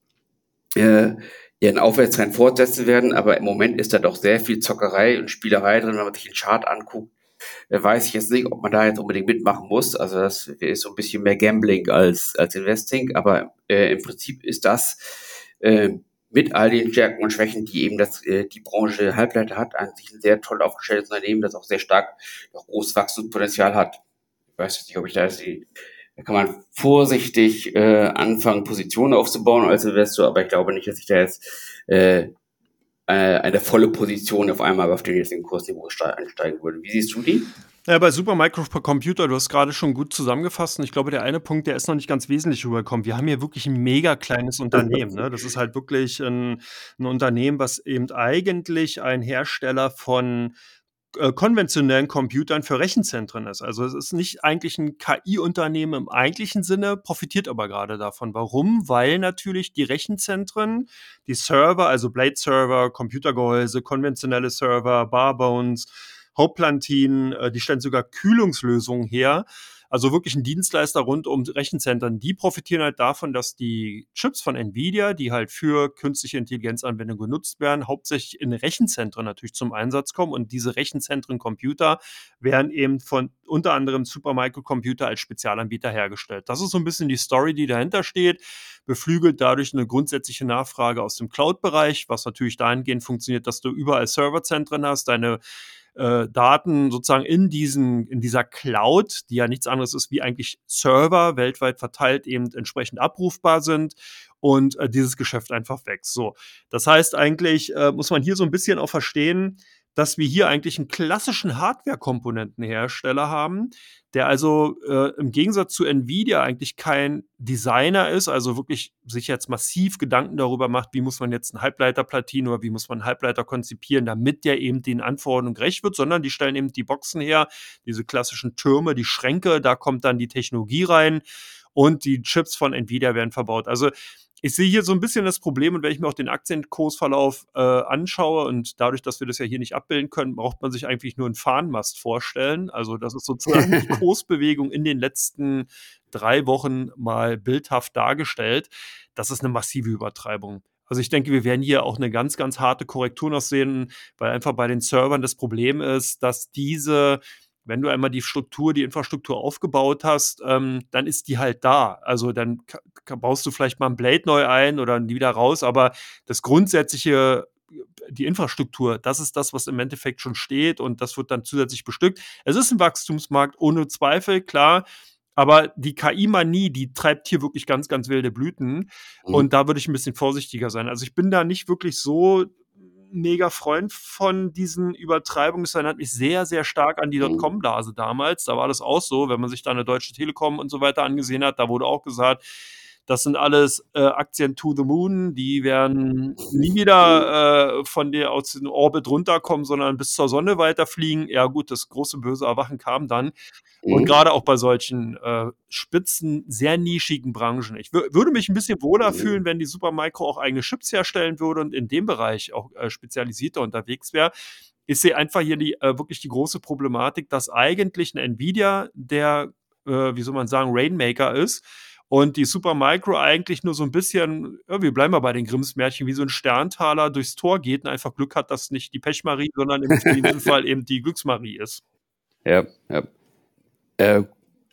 äh, ihren Aufwärtstrend fortsetzen werden, aber im Moment ist da doch sehr viel Zockerei und Spielerei drin. Wenn man sich den Chart anguckt, äh, weiß ich jetzt nicht, ob man da jetzt unbedingt mitmachen muss. Also das ist so ein bisschen mehr Gambling als, als Investing, aber äh, im Prinzip ist das äh, mit all den Stärken und Schwächen, die eben das, äh, die Branche Halbleiter hat, an sich ein sehr toll aufgestelltes Unternehmen, das auch sehr stark noch großes Wachstumspotenzial hat. Ich weiß jetzt nicht, ob ich da jetzt die da kann man vorsichtig äh, anfangen, Positionen aufzubauen als Investor, aber ich glaube nicht, dass ich da jetzt äh, eine volle Position auf einmal auf den jetzigen Kursniveau einsteigen würde. Wie siehst du die? Ja, bei Supermicro Computer, du hast gerade schon gut zusammengefasst und ich glaube, der eine Punkt, der ist noch nicht ganz wesentlich rübergekommen. Wir haben hier wirklich ein mega kleines Unternehmen, ne? Das ist halt wirklich ein 'n Unternehmen, was eben eigentlich ein Hersteller von äh, konventionellen Computern für Rechenzentren ist. Also, es ist nicht eigentlich ein K I-Unternehmen im eigentlichen Sinne, profitiert aber gerade davon. Warum? Weil natürlich die Rechenzentren, die Server, also Blade-Server, Computergehäuse, konventionelle Server, Barebones, Hauptplantinen, äh, die stellen sogar Kühlungslösungen her. Also wirklich ein Dienstleister rund um Rechenzentren. Die profitieren halt davon, dass die Chips von Nvidia, die halt für künstliche Intelligenzanwendungen genutzt werden, hauptsächlich in Rechenzentren natürlich zum Einsatz kommen. Und diese Rechenzentren-Computer werden eben von unter anderem Supermicro Computer als Spezialanbieter hergestellt. Das ist so ein bisschen die Story, die dahinter steht, beflügelt dadurch eine grundsätzliche Nachfrage aus dem Cloud-Bereich, was natürlich dahingehend funktioniert, dass du überall Serverzentren hast, deine äh, Daten sozusagen in diesen, in dieser Cloud, die ja nichts anderes ist wie eigentlich Server weltweit verteilt, eben entsprechend abrufbar sind und äh, dieses Geschäft einfach wächst. So, das heißt eigentlich, äh, muss man hier so ein bisschen auch verstehen, dass wir hier eigentlich 'n klassischen Hardwarekomponentenhersteller haben, der also, äh, im Gegensatz zu Nvidia eigentlich kein Designer ist, also wirklich sich jetzt massiv Gedanken darüber macht, wie muss man jetzt 'n Halbleiterplatine oder wie muss man 'n Halbleiter konzipieren, damit der eben den Anforderungen gerecht wird, sondern die stellen eben die Boxen her, diese klassischen Türme, die Schränke, da kommt dann die Technologie rein und die Chips von Nvidia werden verbaut. Also, ich sehe hier so 'n bisschen das Problem und wenn ich mir auch den Aktienkursverlauf, äh, anschaue und dadurch, dass wir das ja hier nicht abbilden können, braucht man sich eigentlich nur 'n Fahnenmast vorstellen. Also, das ist sozusagen die Kursbewegung in den letzten drei Wochen mal bildhaft dargestellt. Das ist 'ne massive Übertreibung. Also, ich denke, wir werden hier auch 'ne ganz, ganz harte Korrektur noch sehen, weil einfach bei den Servern das Problem ist, dass diese wenn du einmal die Struktur die Infrastruktur aufgebaut hast, ähm, dann ist die halt da. Also, dann ka ka baust du vielleicht mal 'n Blade neu ein oder nie wieder raus, aber das grundsätzliche die Infrastruktur, das ist das, was im Endeffekt schon steht und das wird dann zusätzlich bestückt. Es ist 'n Wachstumsmarkt ohne Zweifel, klar, aber die K I-Manie, die treibt hier wirklich ganz, ganz wilde Blüten Mhm. und da würde ich 'n bisschen vorsichtiger sein. Also, ich bin da nicht wirklich so mega Freund von diesen Übertreibungen. Das erinnert mich sehr, sehr stark an die Mhm. Dotcom-Blase damals. Da war das auch so, wenn man sich da 'ne Deutsche Telekom und so weiter angesehen hat, da wurde auch gesagt, das sind alles, äh, Aktien to the moon, die werden nie Mhm. wieder, äh, von der aus dem Orbit runterkommen, sondern bis zur Sonne weiterfliegen. Ja gut, das große böse Erwachen kam dann und Mhm. grade auch bei solchen, äh, spitzen, sehr nischigen Branchen. Ich wür würde mich 'n bisschen wohler Mhm. fühlen, wenn die Supermicro auch eigene Chips herstellen würde und in dem Bereich auch, äh, spezialisierter unterwegs wäre. Ich sehe einfach hier die äh, wirklich die große Problematik, dass eigentlich 'n Nvidia der, äh, wie soll man sagen, Rainmaker ist und die Supermicro eigentlich nur so 'n bisschen ja, wir bleiben mal bei den Grimms-Märchen, wie so 'n Sterntaler durchs Tor geht und einfach Glück hat, dass nicht die Pechmarie, sondern im in diesem Fall eben die Glücksmarie ist. Ja, ja. Äh,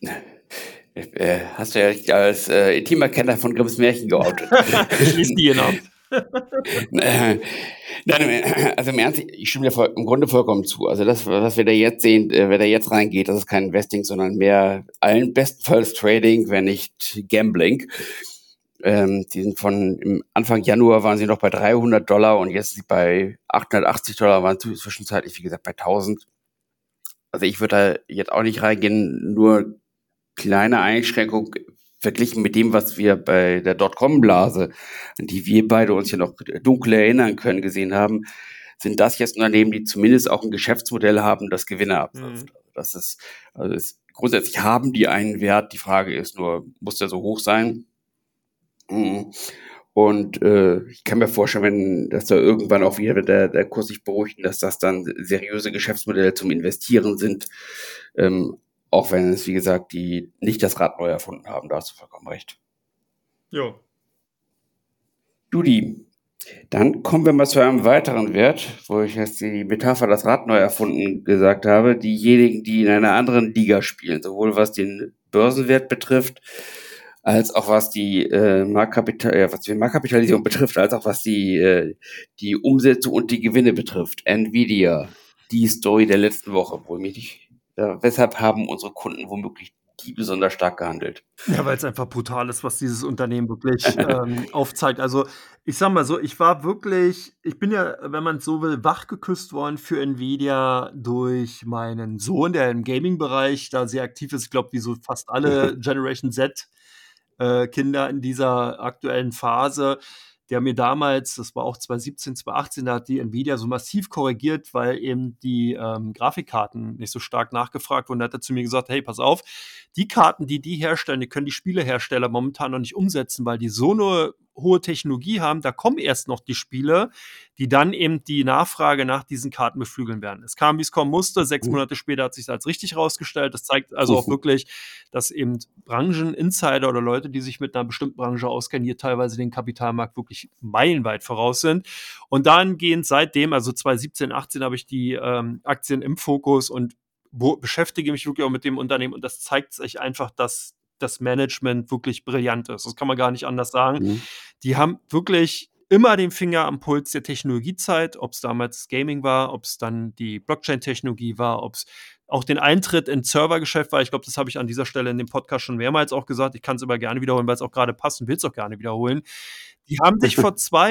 äh, hast du ja dich als, äh, intimer Kenner von Grimms Märchen geoutet. Ich lese die jeden Abend. Nein, also im Ernst, ich stimme dir voll im Grunde vollkommen zu. Also das, was wir da jetzt sehen, äh, wer da jetzt reingeht, das ist kein Investing, sondern mehr allen bestenfalls Trading, wenn nicht Gambling. Ähm, die sind von im Anfang Januar waren sie noch bei dreihundert Dollar und jetzt sind sie bei achthundertachtzig Dollar, waren zu zwischenzeitlich, wie gesagt, bei tausend. Also, ich würde da jetzt auch nicht reingehen, nur kleine Einschränkung verglichen mit dem, was wir bei der Dotcom-Blase, an die wir beide uns ja noch dunkel erinnern können, gesehen haben, sind das jetzt Unternehmen, die zumindest auch 'n Geschäftsmodell haben, das Gewinne Mhm. abwirft. Das ist also, es grundsätzlich haben die einen Wert. Die Frage ist nur, muss der so hoch sein? Mhm. Und, äh, ich kann mir vorstellen, wenn dass da irgendwann auch wieder der der Kurs sich beruhigt und dass das dann seriöse Geschäftsmodelle zum Investieren sind, ähm, auch wenn es, wie gesagt, die nicht das Rad neu erfunden haben, da hast du vollkommen recht. Ja. Guti, dann kommen wir mal zu einem weiteren Wert, wo ich jetzt die Metapher das Rad neu erfunden gesagt habe. Diejenigen, die in einer anderen Liga spielen, sowohl was den Börsenwert betrifft, als auch was die, äh, Marktkapital äh, was die Marktkapitalisierung betrifft, als auch was die, äh die Umsätze und die Gewinne betrifft. Nvidia, die Story der letzten Woche, womit ja, weshalb haben unsere Kunden womöglich die besonders stark gehandelt? Ja, weil's einfach brutal ist, was dieses Unternehmen wirklich, ähm, aufzeigt. Also, ich sage mal so, ich war wirklich ich bin ja, wenn man's so will, wachgeküsst worden für Nvidia durch meinen Sohn, der im Gaming-Bereich da sehr aktiv ist. Ich glaube, wie so fast alle Generation Z, äh, Kinder in dieser aktuellen Phase. Der mir damals das war auch zwanzig siebzehn, zwanzig achtzehn, da hat die Nvidia so massiv korrigiert, weil eben die, ähm, Grafikkarten nicht so stark nachgefragt wurden. Da hat er zu mir gesagt: „Hey, pass auf, die Karten, die die herstellen, die können die Spielehersteller momentan noch nicht umsetzen, weil die so 'ne hohe Technologie haben. Da kommen erst noch die Spiele, die dann eben die Nachfrage nach diesen Karten beflügeln werden.“ Es kam, wie's kommen musste. sechs Monate später hat sich's als richtig rausgestellt. Das zeigt also auch wirklich, dass eben Brancheninsider oder Leute, die sich mit 'ner bestimmten Branche auskennen, hier teilweise den Kapitalmarkt wirklich meilenweit voraus sind. Und dahingehend seitdem, also zwanzig siebzehn, achtzehn habe ich die, ähm, Aktien im Fokus und wo beschäftige mich wirklich auch mit dem Unternehmen und das zeigt sich einfach, dass das Management wirklich brillant ist. Das kann man gar nicht anders sagen. Mhm. Die haben wirklich immer den Finger am Puls der Technologiezeit, ob's damals Gaming war, ob's dann die Blockchain-Technologie war, ob's auch den Eintritt ins Servergeschäft war. Ich glaube, das habe ich an dieser Stelle in dem Podcast schon mehrmals auch gesagt. Ich kann's aber gerne wiederholen, weil's auch grade passt und will's auch gerne wiederholen. Die haben sich vor zwei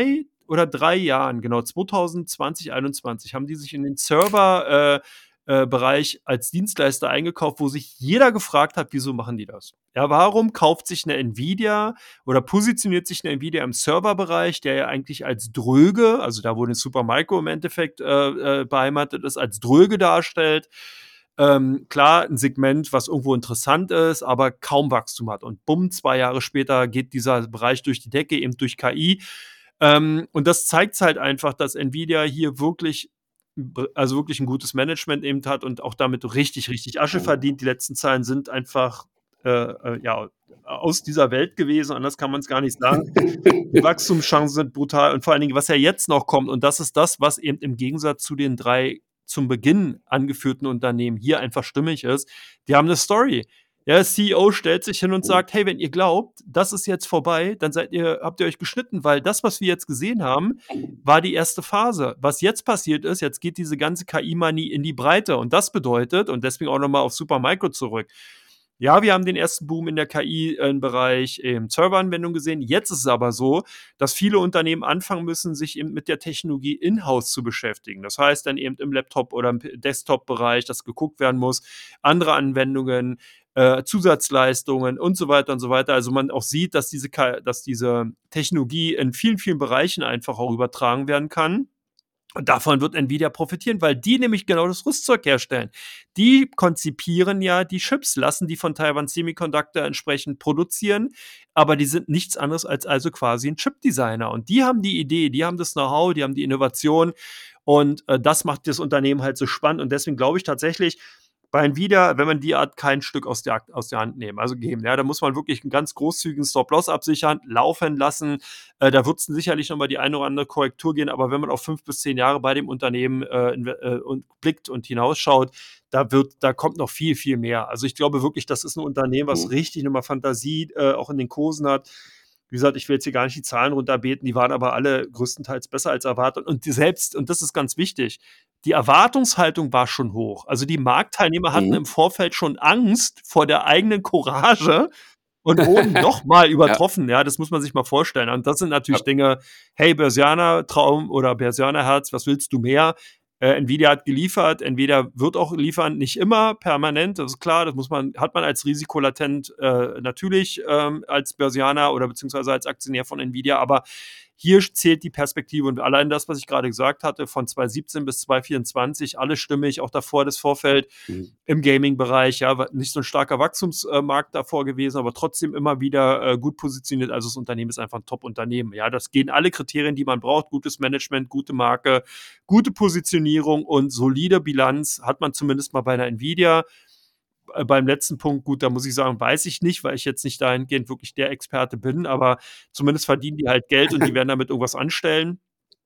oder drei Jahren, genau, zwanzig zwanzig, einundzwanzig, haben die sich in den Server, äh, äh, Bereich als Dienstleister eingekauft, wo sich jeder gefragt hat, wieso machen die das? Ja, warum kauft sich eine Nvidia oder positioniert sich eine Nvidia im Serverbereich, der ja eigentlich als dröge, also da, wo eine Supermicro im Endeffekt äh, äh, beheimatet ist, als dröge darstellt. Ähm, klar, ein Segment, was irgendwo interessant ist, aber kaum Wachstum hat. Und bumm, zwei Jahre später geht dieser Bereich durch die Decke, eben durch K I. Ähm, und das zeigt halt einfach, dass Nvidia hier wirklich, also wirklich ein gutes Management eben hat und auch damit richtig, richtig Asche verdient. Die letzten Zahlen sind einfach äh, äh, ja, aus dieser Welt gewesen, anders kann man es gar nicht sagen. Die Wachstumschancen sind brutal und vor allen Dingen, was ja jetzt noch kommt, und das ist das, was eben im Gegensatz zu den drei zum Beginn angeführten Unternehmen hier einfach stimmig ist, die haben eine Story. Ja, der C E O stellt sich hin und sagt, hey, wenn ihr glaubt, das ist jetzt vorbei, dann seid ihr, habt ihr euch geschnitten, weil das, was wir jetzt gesehen haben, war die erste Phase. Was jetzt passiert ist, jetzt geht diese ganze K I-Manie in die Breite und das bedeutet, und deswegen auch nochmal auf Supermicro zurück, ja, wir haben den ersten Boom in der K I-Bereich im Serveranwendung gesehen. Jetzt ist es aber so, dass viele Unternehmen anfangen müssen, sich eben mit der Technologie in-house zu beschäftigen. Das heißt dann eben im Laptop- oder im Desktop-Bereich, dass geguckt werden muss, andere Anwendungen, äh, Zusatzleistungen und so weiter und so weiter. Also man auch sieht, dass diese, K- dass diese Technologie in vielen, vielen Bereichen einfach auch übertragen werden kann. Und davon wird Nvidia profitieren, weil die nämlich genau das Rüstzeug herstellen. Die konzipieren ja die Chips, lassen die von Taiwan Semiconductor entsprechend produzieren, aber die sind nichts anderes als also quasi ein Chip-Designer. Und die haben die Idee, die haben das Know-how, die haben die Innovation und äh, das macht das Unternehmen halt so spannend. Und deswegen glaube ich tatsächlich, bei Nvidia, wenn man die Art kein Stück aus der, aus der Hand nehmen, also geben, ja, da muss man wirklich einen ganz großzügigen Stop-Loss absichern, laufen lassen. Äh, da wird es sicherlich noch mal die eine oder andere Korrektur gehen, aber wenn man auf fünf bis zehn Jahre bei dem Unternehmen äh, äh, und blickt und hinausschaut, da wird, da kommt noch viel, viel mehr. Also ich glaube wirklich, das ist ein Unternehmen, was richtig nochmal Fantasie äh, auch in den Kursen hat. Wie gesagt, ich will jetzt hier gar nicht die Zahlen runterbeten, die waren aber alle größtenteils besser als erwartet. Und die selbst, und das ist ganz wichtig, die Erwartungshaltung war schon hoch. Also die Marktteilnehmer hatten im Mhm. Vorfeld schon Angst vor der eigenen Courage und wurden noch mal Ja, übertroffen. Ja, das muss man sich mal vorstellen. Und das sind natürlich ja. Dinge, hey, Börsianer Traum oder Börsianer Herz, was willst du mehr? Äh, Nvidia hat geliefert, Nvidia wird auch liefern, nicht immer permanent, das ist klar, das muss man, hat man als risikolatent äh, natürlich ähm, als Börsianer oder beziehungsweise als Aktionär von Nvidia, aber hier zählt die Perspektive und allein das, was ich gerade gesagt hatte, von zwanzig siebzehn bis zwanzig vierundzwanzig, alles stimmig, auch davor das Vorfeld Mhm. im Gaming-Bereich, ja, nicht so ein starker Wachstumsmarkt davor gewesen, aber trotzdem immer wieder äh, gut positioniert. Also das Unternehmen ist einfach ein Top-Unternehmen. Ja, das gehen alle Kriterien, die man braucht: gutes Management, gute Marke, gute Positionierung und solide Bilanz hat man zumindest mal bei einer Nvidia. Äh, beim letzten Punkt, gut, da muss ich sagen, weiß ich nicht, weil ich jetzt nicht dahingehend wirklich der Experte bin, aber zumindest verdienen die halt Geld und die werden damit irgendwas anstellen.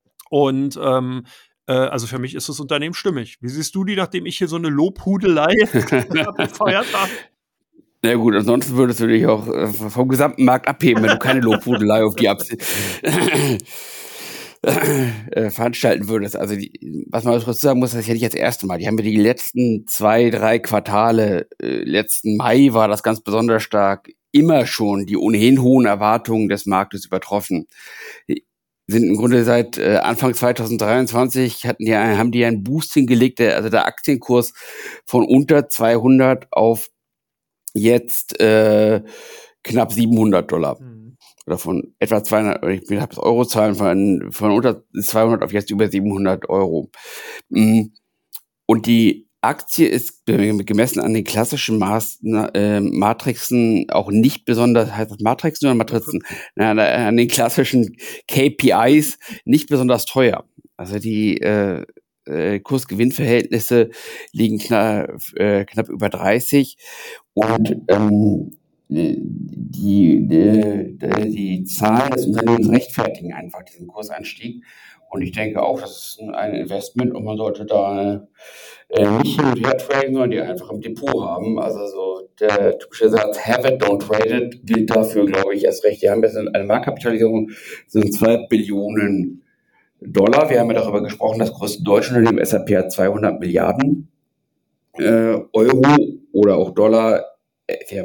Und ähm, äh, also für mich ist das Unternehmen stimmig. Wie siehst du die, nachdem ich hier so eine Lobhudelei befeuert habe? Na gut, ansonsten würdest du dich auch äh, vom gesamten Markt abheben, wenn du keine Lobhudelei auf die Abs äh, veranstalten würdest. Also die, was man dazu sagen muss, das ist ja nicht das erste Mal. Die haben wir die letzten zwei, drei Quartale, äh, letzten Mai war das ganz besonders stark, immer schon die ohnehin hohen Erwartungen des Marktes übertroffen. Die sind im Grunde seit äh, Anfang zwanzig dreiundzwanzig hatten die, haben die einen Boost hingelegt, der, also der Aktienkurs von unter zweihundert auf jetzt äh, knapp siebenhundert Dollar. Mhm. Oder von etwa zweihundert, ich habe das Eurozahlen von, von unter zweihundert auf jetzt über siebenhundert Euro. Und die Aktie ist gemessen an den klassischen Maß, äh, Matrixen auch nicht besonders, heißt das Matrixen oder Matrizen? Na, an den klassischen K P Is nicht besonders teuer. Also die äh, äh, Kurs-Gewinn-Verhältnisse liegen knapp, äh, knapp über dreißig und ähm, die, die, die Zahlen des Unternehmens rechtfertigen einfach diesen Kursanstieg. Und ich denke auch, das ist ein Investment und man sollte da äh, nicht hin und her traden, sondern die einfach im Depot haben. Also so der typische Satz, have it, don't trade it, gilt dafür, glaube ich, erst recht. Die haben jetzt eine Marktkapitalisierung, sind zwei Billionen Dollar. Wir haben ja darüber gesprochen, das größte deutsche Unternehmen S and P hat zweihundert Milliarden äh, Euro oder auch Dollar. Wir haben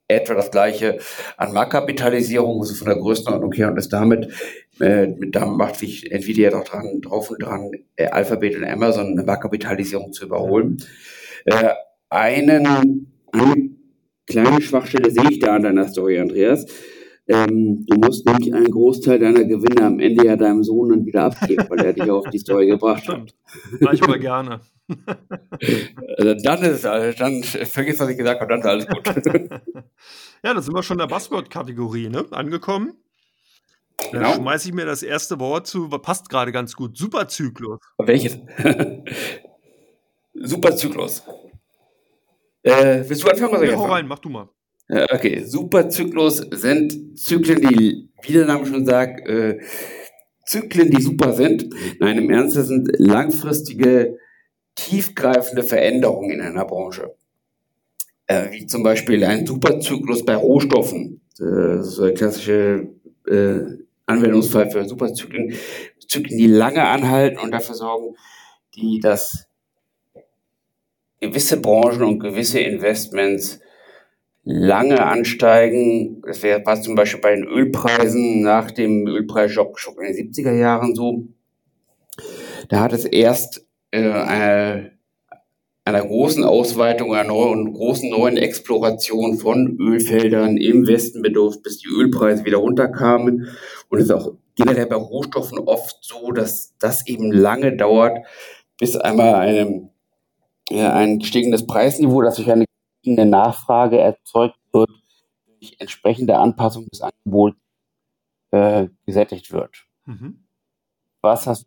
etwa das Gleiche an Marktkapitalisierung, also von der Größenordnung her, und ist damit, äh, damit macht sich Nvidia doch dran, drauf und dran, äh, Alphabet und Amazon eine Marktkapitalisierung zu überholen. Äh, einen, eine kleine Schwachstelle sehe ich da an deiner Story, Andreas. Ähm, du musst nämlich einen Großteil deiner Gewinne am Ende ja deinem Sohn dann wieder abgeben, weil er dich auf die Story gebracht hat. Manchmal gerne. Also dann ist also dann vergiss, was ich gesagt habe, dann ist alles gut. Ja, da sind wir schon in der Buzzword-Kategorie, ne? Angekommen. Dann Genau. schmeiße ich mir das erste Wort zu, passt gerade ganz gut. Superzyklus. Welches? Superzyklus. Äh, willst du anfangen oder soll ich Ja, hau anfangen? rein, mach du mal. Ja, okay, Superzyklus sind Zyklen, die, wie der Name schon sagt, äh, Zyklen, die super sind. Nein, im Ernst, das sind langfristige, tiefgreifende Veränderungen in einer Branche. Äh, wie zum Beispiel ein Superzyklus bei Rohstoffen. Äh, das ist so ein klassischer äh, Anwendungsfall für Superzyklen. Zyklen, die lange anhalten und dafür sorgen, die das gewisse Branchen und gewisse Investments lange ansteigen. Das wäre was zum Beispiel bei den Ölpreisen nach dem Ölpreisschock in den siebziger Jahren so. Da hat es erst äh, eine, einer großen Ausweitung, einer neuen, großen neuen Exploration von Ölfeldern im Westen bedurft, bis die Ölpreise wieder runterkamen. Und es ist auch generell bei Rohstoffen oft so, dass das eben lange dauert, bis einmal eine, ja, ein gestiegenes Preisniveau, das durch eine gestiegene Nachfrage erzeugt wird, durch entsprechende Anpassung des Angebots äh, gesättigt wird. Mhm. Was hast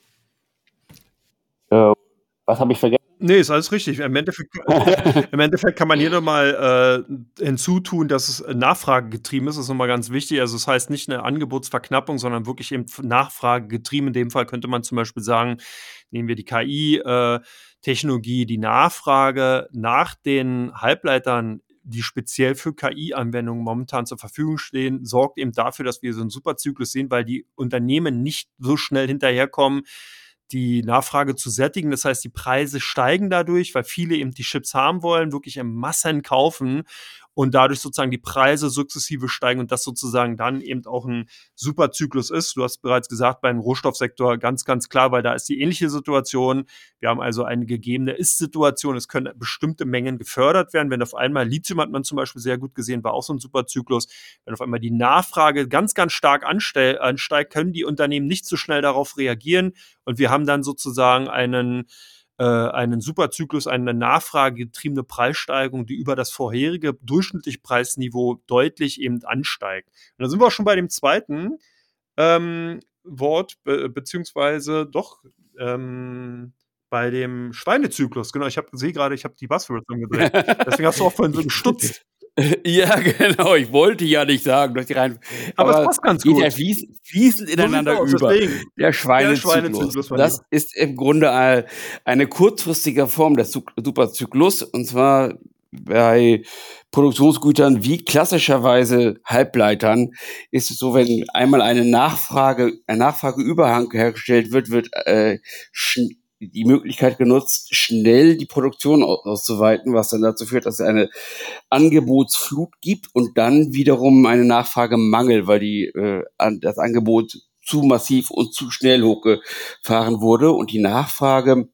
äh, was habe ich vergessen? Nee, ist alles richtig. Im Endeffekt, im Endeffekt kann man hier nochmal äh, hinzutun, dass es nachfragegetrieben ist. Das ist nochmal ganz wichtig. Also das heißt nicht eine Angebotsverknappung, sondern wirklich eben nachfragegetrieben. In dem Fall könnte man zum Beispiel sagen, nehmen wir die K I-Technologie, äh, die Nachfrage nach den Halbleitern, die speziell für K I-Anwendungen momentan zur Verfügung stehen, sorgt eben dafür, dass wir so einen Superzyklus sehen, weil die Unternehmen nicht so schnell hinterherkommen, die Nachfrage zu sättigen. Das heißt, die Preise steigen dadurch, weil viele eben die Chips haben wollen, wirklich in Massen kaufen und dadurch sozusagen die Preise sukzessive steigen und das sozusagen dann eben auch ein Superzyklus ist. Du hast bereits gesagt, beim Rohstoffsektor ganz, ganz klar, weil da ist die ähnliche Situation. Wir haben also eine gegebene Ist-Situation. Es können bestimmte Mengen gefördert werden. Wenn auf einmal Lithium, hat man zum Beispiel sehr gut gesehen, war auch so ein Superzyklus. Wenn auf einmal die Nachfrage ganz, ganz stark anste- ansteigt, können die Unternehmen nicht so schnell darauf reagieren. Und wir haben dann sozusagen einen, äh, einen Superzyklus, eine nachfragegetriebene Preissteigerung, die über das vorherige durchschnittliche Preisniveau deutlich eben ansteigt. Und da sind wir auch schon bei dem zweiten ähm, Wort, be beziehungsweise doch ähm, bei dem Schweinezyklus. Genau, ich habe sehe gerade, ich habe die Buzzwords umgedreht. Deswegen hast du auch vorhin so gestutzt. Ja, genau. Ich wollte ja nicht sagen, dass die rein. Aber, aber es passt ganz geht gut. ja fließ, fließend ineinander So aus, über. deswegen. Der Schweinezyklus. Der Schweinezyklus war das ist im Grunde eine, eine kurzfristige Form des Superzyklus. Und zwar bei Produktionsgütern wie klassischerweise Halbleitern ist es so, wenn einmal eine Nachfrage, ein Nachfrageüberhang hergestellt wird, wird äh, die Möglichkeit genutzt, schnell die Produktion auszuweiten, was dann dazu führt, dass es eine Angebotsflut gibt und dann wiederum eine Nachfragemangel, weil die äh, das Angebot zu massiv und zu schnell hochgefahren wurde und die Nachfrage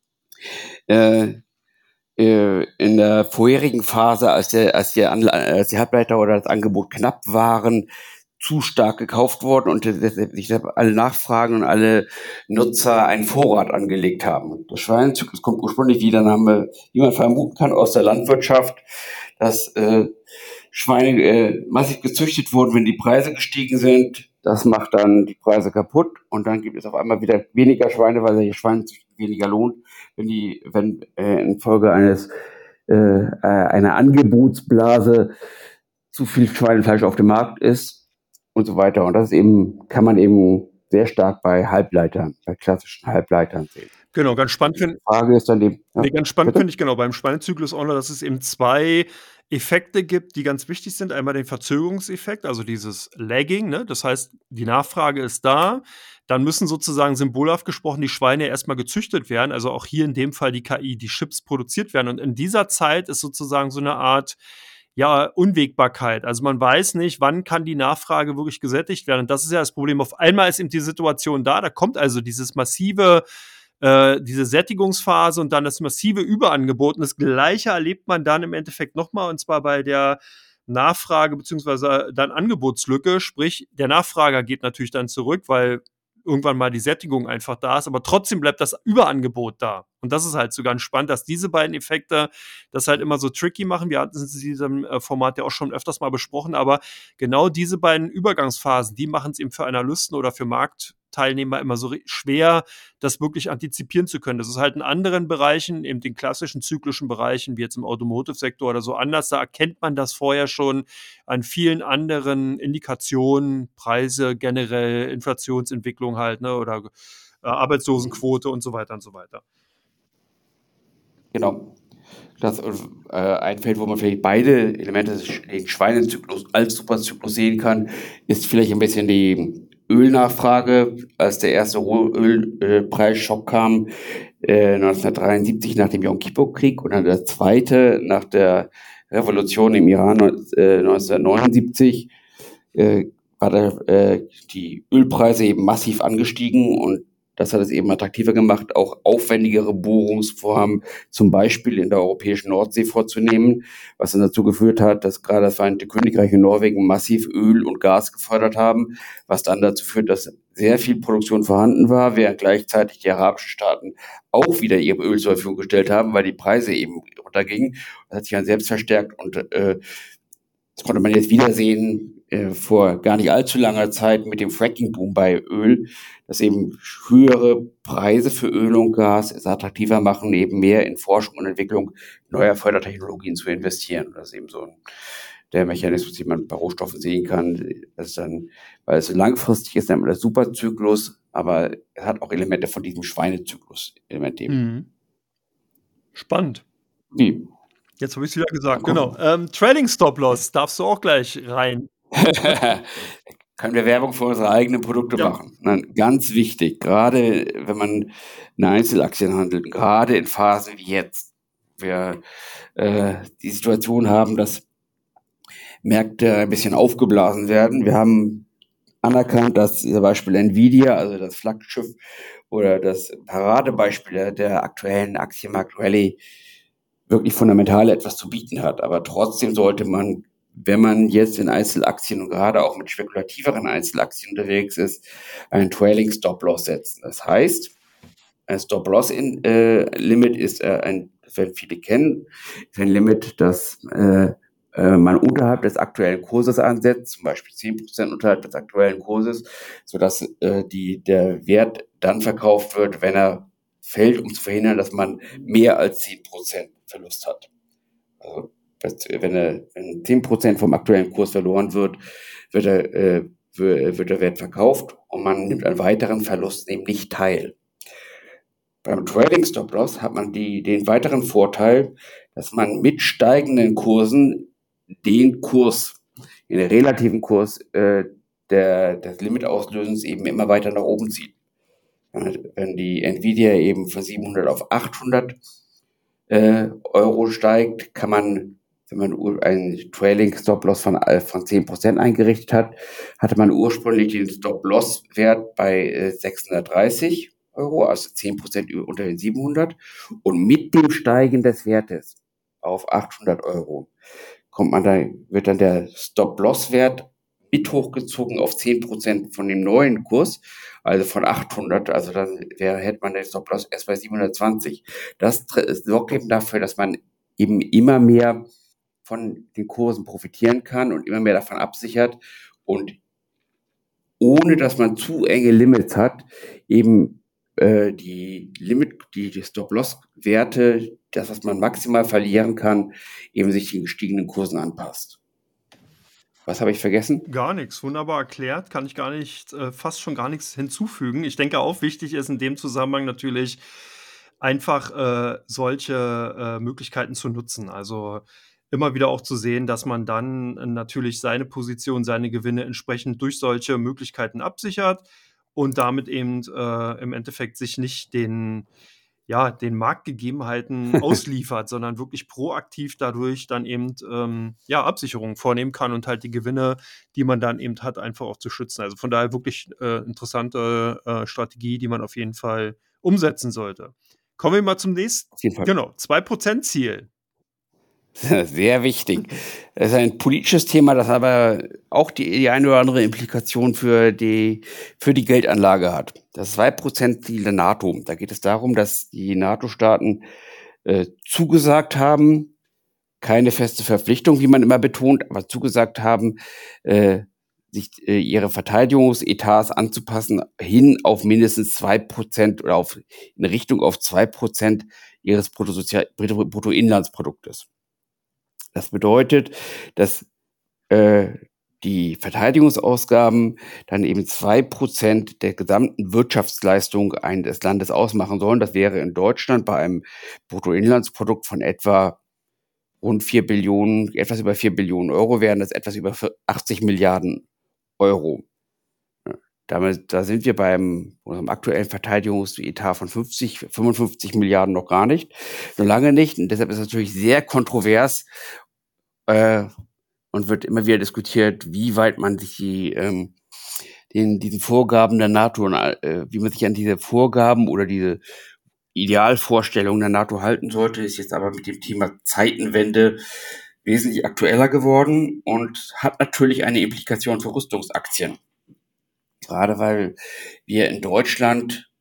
äh, äh, in der vorherigen Phase, als der, als die, Anla- als die Halbleiter oder das Angebot knapp waren, zu stark gekauft worden und sich alle Nachfragen und alle Nutzer einen Vorrat angelegt haben. Der Schweinezyklus kommt ursprünglich, wie der Name, wie man vermuten kann, aus der Landwirtschaft, dass äh, Schweine äh, massiv gezüchtet wurden, wenn die Preise gestiegen sind. Das macht dann die Preise kaputt und dann gibt es auf einmal wieder weniger Schweine, weil sich Schweinezüchten weniger lohnt, wenn die, wenn äh, infolge eines äh, einer Angebotsblase zu viel Schweinefleisch auf dem Markt ist. Und so weiter. Und das ist eben, kann man eben sehr stark bei Halbleitern, bei klassischen Halbleitern sehen. Genau, ganz spannend finde Die Frage ist dann eben. Ja, nee, ganz spannend bitte? finde ich genau beim Schweinezyklus auch noch, dass es eben zwei Effekte gibt, die ganz wichtig sind. Einmal den Verzögerungseffekt, also dieses Lagging, ne? Das heißt, die Nachfrage ist da. Dann müssen sozusagen symbolhaft gesprochen die Schweine erstmal gezüchtet werden. Also auch hier in dem Fall die K I, die Chips produziert werden. Und in dieser Zeit ist sozusagen so eine Art ja, Unwägbarkeit. Also man weiß nicht, wann kann die Nachfrage wirklich gesättigt werden. Und das ist ja das Problem. Auf einmal ist eben die Situation da, da kommt also dieses massive, äh, diese Sättigungsphase und dann das massive Überangebot. Und das Gleiche erlebt man dann im Endeffekt nochmal, und zwar bei der Nachfrage beziehungsweise dann Angebotslücke. Sprich, der Nachfrager geht natürlich dann zurück, weil irgendwann mal die Sättigung einfach da ist, aber trotzdem bleibt das Überangebot da. Und das ist halt so ganz spannend, dass diese beiden Effekte das halt immer so tricky machen. Wir hatten es in diesem äh, Format ja auch schon öfters mal besprochen, aber genau diese beiden Übergangsphasen, die machen es eben für Analysten oder für Marktteilnehmer immer so ri- schwer, das wirklich antizipieren zu können. Das ist halt in anderen Bereichen, eben den klassischen zyklischen Bereichen, wie jetzt im Automotive-Sektor oder so anders, da erkennt man das vorher schon an vielen anderen Indikationen, Preise generell, Inflationsentwicklung halt, ne, oder äh, Arbeitslosenquote und so weiter und so weiter. Genau. Das äh, ein Feld, wo man vielleicht beide Elemente des Sch- den Schweinezyklus als Superzyklus sehen kann, ist vielleicht ein bisschen die Ölnachfrage. Als der erste Ölpreisschock kam, äh, neunzehnhundertdreiundsiebzig nach dem Yom Kippur-Krieg und dann der zweite nach der Revolution im Iran äh, neunzehnhundertneunundsiebzig, äh, war der, äh, die Ölpreise eben massiv angestiegen und das hat es eben attraktiver gemacht, auch aufwendigere Bohrungsvorhaben zum Beispiel in der europäischen Nordsee vorzunehmen, was dann dazu geführt hat, dass gerade das Vereinigte Königreich und Norwegen massiv Öl und Gas gefördert haben, was dann dazu führt, dass sehr viel Produktion vorhanden war, während gleichzeitig die arabischen Staaten auch wieder ihr Öl zur Verfügung gestellt haben, weil die Preise eben runtergingen. Das hat sich dann selbst verstärkt und äh, das konnte man jetzt wieder sehen äh, vor gar nicht allzu langer Zeit mit dem Fracking-Boom bei Öl, dass eben höhere Preise für Öl und Gas es attraktiver machen, eben mehr in Forschung und Entwicklung neuer Fördertechnologien zu investieren. Das ist eben so ein, der Mechanismus, den man bei Rohstoffen sehen kann. Das ist dann, weil es so langfristig ist, nennt man das Superzyklus, aber es hat auch Elemente von diesem Schweinezyklus-Element eben. Mhm. Spannend. Wie? Jetzt habe ich es wieder gesagt, Ja, genau. Ähm, Trading Stop Loss darfst du auch gleich rein. Können wir Werbung für unsere eigenen Produkte Ja. machen? Nein, ganz wichtig, gerade wenn man eine Einzelaktien handelt, gerade in Phasen wie jetzt, wir äh, die Situation haben, dass Märkte ein bisschen aufgeblasen werden. Wir haben anerkannt, dass zum Beispiel Nvidia, also das Flaggschiff oder das Paradebeispiel der, der aktuellen Aktienmarkt-Rallye, wirklich fundamental etwas zu bieten hat. Aber trotzdem sollte man, wenn man jetzt in Einzelaktien und gerade auch mit spekulativeren Einzelaktien unterwegs ist, einen Trailing Stop-Loss setzen. Das heißt, ein Stop-Loss-Limit äh, ist äh, ein, das werden viele kennen, ist ein Limit, das äh, äh, man unterhalb des aktuellen Kurses ansetzt, zum Beispiel zehn Prozent unterhalb des aktuellen Kurses, sodass äh, die, der Wert dann verkauft wird, wenn er fällt, um zu verhindern, dass man mehr als zehn Prozent Verlust hat. Also, wenn, er, wenn zehn Prozent vom aktuellen Kurs verloren wird, wird, er, äh, wird der Wert verkauft und man nimmt an weiteren Verlusten eben nicht teil. Beim Trading Stop Loss hat man die, den weiteren Vorteil, dass man mit steigenden Kursen den Kurs, den relativen Kurs äh, der, des Limitauslösens eben immer weiter nach oben zieht. Wenn die Nvidia eben von siebenhundert auf achthundert äh, Euro steigt, kann man, wenn man einen Trailing Stop Loss von, von zehn Prozent eingerichtet hat, hatte man ursprünglich den Stop Loss Wert bei äh, sechshundertdreißig Euro, also zehn Prozent unter den siebenhundert. Und mit dem Steigen des Wertes auf achthundert Euro kommt man da, wird dann der Stop Loss Wert mit hochgezogen auf zehn Prozent von dem neuen Kurs, also von achthundert, also dann wäre, hätte man den Stop Loss erst bei siebenhundertzwanzig. Das sorgt eben dafür, dass man eben immer mehr von den Kursen profitieren kann und immer mehr davon absichert und ohne dass man zu enge Limits hat, eben äh, die Limit, die, die Stop-Loss-Werte, das, was man maximal verlieren kann, eben sich den gestiegenen Kursen anpasst. Was habe ich vergessen? Gar nichts, wunderbar erklärt, kann ich gar nicht, äh, fast schon gar nichts hinzufügen. Ich denke auch wichtig ist in dem Zusammenhang natürlich einfach äh, solche äh, Möglichkeiten zu nutzen. Also immer wieder auch zu sehen, dass man dann äh, natürlich seine Position, seine Gewinne entsprechend durch solche Möglichkeiten absichert und damit eben äh, im Endeffekt sich nicht den ja, den Marktgegebenheiten ausliefert, sondern wirklich proaktiv dadurch dann eben, ähm, ja, Absicherungen vornehmen kann und halt die Gewinne, die man dann eben hat, einfach auch zu schützen. Also von daher wirklich äh, interessante äh, Strategie, die man auf jeden Fall umsetzen sollte. Kommen wir mal zum nächsten. Auf jeden Fall. Genau, zwei Prozent Ziel. Sehr wichtig. Es ist ein politisches Thema, das aber auch die, die eine oder andere Implikation für die, für die Geldanlage hat. Das zwei Prozent Ziel der NATO. Da geht es darum, dass die NATO-Staaten äh, zugesagt haben, keine feste Verpflichtung, wie man immer betont, aber zugesagt haben, äh, sich äh, ihre Verteidigungsetats anzupassen, hin auf mindestens zwei Prozent oder auf, in Richtung auf zwei Prozent ihres Bruttosozial- Brutto- Bruttoinlandsproduktes. Das bedeutet, dass äh, die Verteidigungsausgaben dann eben zwei Prozent der gesamten Wirtschaftsleistung eines Landes ausmachen sollen. Das wäre in Deutschland bei einem Bruttoinlandsprodukt von etwa rund vier Billionen, etwas über vier Billionen Euro, wären das etwas über achtzig Milliarden Euro. Ja, damit, da sind wir beim unserem aktuellen Verteidigungsetat von fünfzig, fünfundfünfzig Milliarden noch gar nicht, noch lange nicht. Und deshalb ist es natürlich sehr kontrovers äh, und wird immer wieder diskutiert, wie weit man sich die, ähm, den, diesen Vorgaben der NATO, äh, wie man sich an diese Vorgaben oder diese Idealvorstellungen der NATO halten sollte, ist jetzt aber mit dem Thema Zeitenwende wesentlich aktueller geworden und hat natürlich eine Implikation für Rüstungsaktien. Gerade weil wir in Deutschland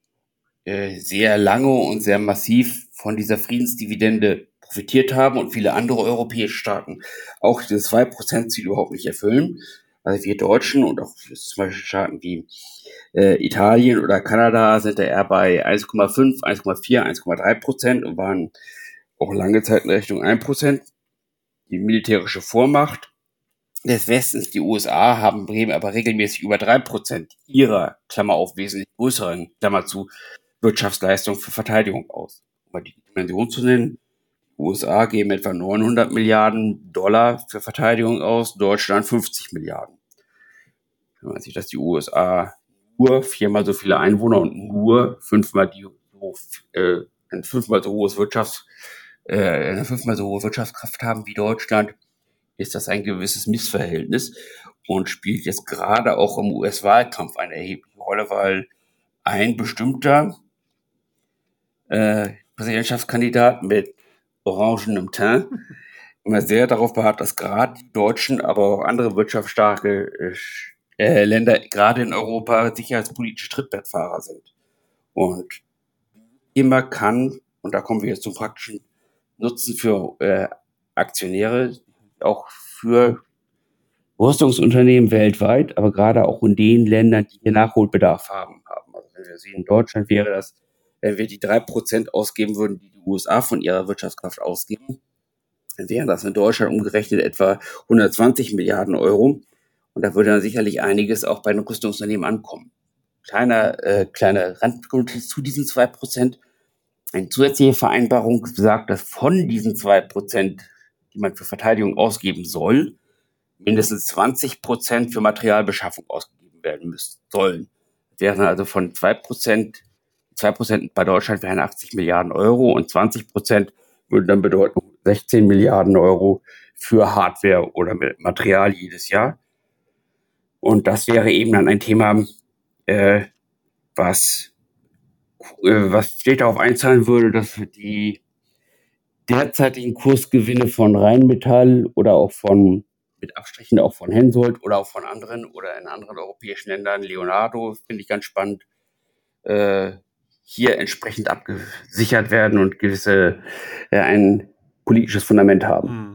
äh, sehr lange und sehr massiv von dieser Friedensdividende profitiert haben und viele andere europäische Staaten auch dieses zwei Prozent Ziel überhaupt nicht erfüllen. Also wir Deutschen und auch zum Beispiel Staaten wie äh, Italien oder Kanada sind da eher bei eins Komma fünf, eins Komma vier, eins Komma drei Prozent und waren auch lange Zeit in Richtung ein Prozent. Die militärische Vormacht des Westens, die U S A, haben Bremen aber regelmäßig über drei Prozent ihrer, Klammer auf, wesentlich größeren, Klammer zu, Wirtschaftsleistung für Verteidigung aus. Um mal die Dimension zu nennen, die U S A geben etwa neunhundert Milliarden Dollar für Verteidigung aus, Deutschland fünfzig Milliarden. Wenn man sich das die U S A nur viermal so viele Einwohner und nur fünfmal die äh, ein fünfmal so hohes Wirtschafts äh, eine fünfmal so hohe Wirtschaftskraft haben wie Deutschland, ist das ein gewisses Missverhältnis und spielt jetzt gerade auch im U S-Wahlkampf eine erhebliche Rolle, weil ein bestimmter äh, Präsidentschaftskandidat mit orangenem Teint immer sehr darauf beharrt, dass gerade die Deutschen, aber auch andere wirtschaftsstarke äh, Länder, gerade in Europa, sicherheitspolitische Trittbrettfahrer sind. Und immer kann, und da kommen wir jetzt zum praktischen Nutzen für äh, Aktionäre, auch für Rüstungsunternehmen weltweit, aber gerade auch in den Ländern, die hier Nachholbedarf haben. haben. Also wenn wir sehen, in Deutschland wäre das, wenn wir die drei Prozent ausgeben würden, die die U S A von ihrer Wirtschaftskraft ausgeben, dann wären das in Deutschland umgerechnet etwa hundertzwanzig Milliarden Euro. Und da würde dann sicherlich einiges auch bei den Rüstungsunternehmen ankommen. Kleiner, äh, kleine Randnotiz zu diesen zwei Prozent. Eine zusätzliche Vereinbarung sagt, dass von diesen zwei Prozent, die man für Verteidigung ausgeben soll, mindestens zwanzig Prozent für Materialbeschaffung ausgegeben werden müssen, sollen. Das wären also von zwei Prozent, zwei Prozent bei Deutschland wären achtzig Milliarden Euro und zwanzig Prozent würden dann bedeuten sechzehn Milliarden Euro für Hardware oder Material jedes Jahr. Und das wäre eben dann ein Thema, äh, was, äh, was steht darauf einzahlen würde, dass die derzeitigen Kursgewinne von Rheinmetall oder auch von, mit Abstrichen auch von Hensoldt oder auch von anderen oder in anderen europäischen Ländern, Leonardo, finde ich ganz spannend, äh, hier entsprechend abgesichert werden und gewisse, äh, ein politisches Fundament haben. Hm.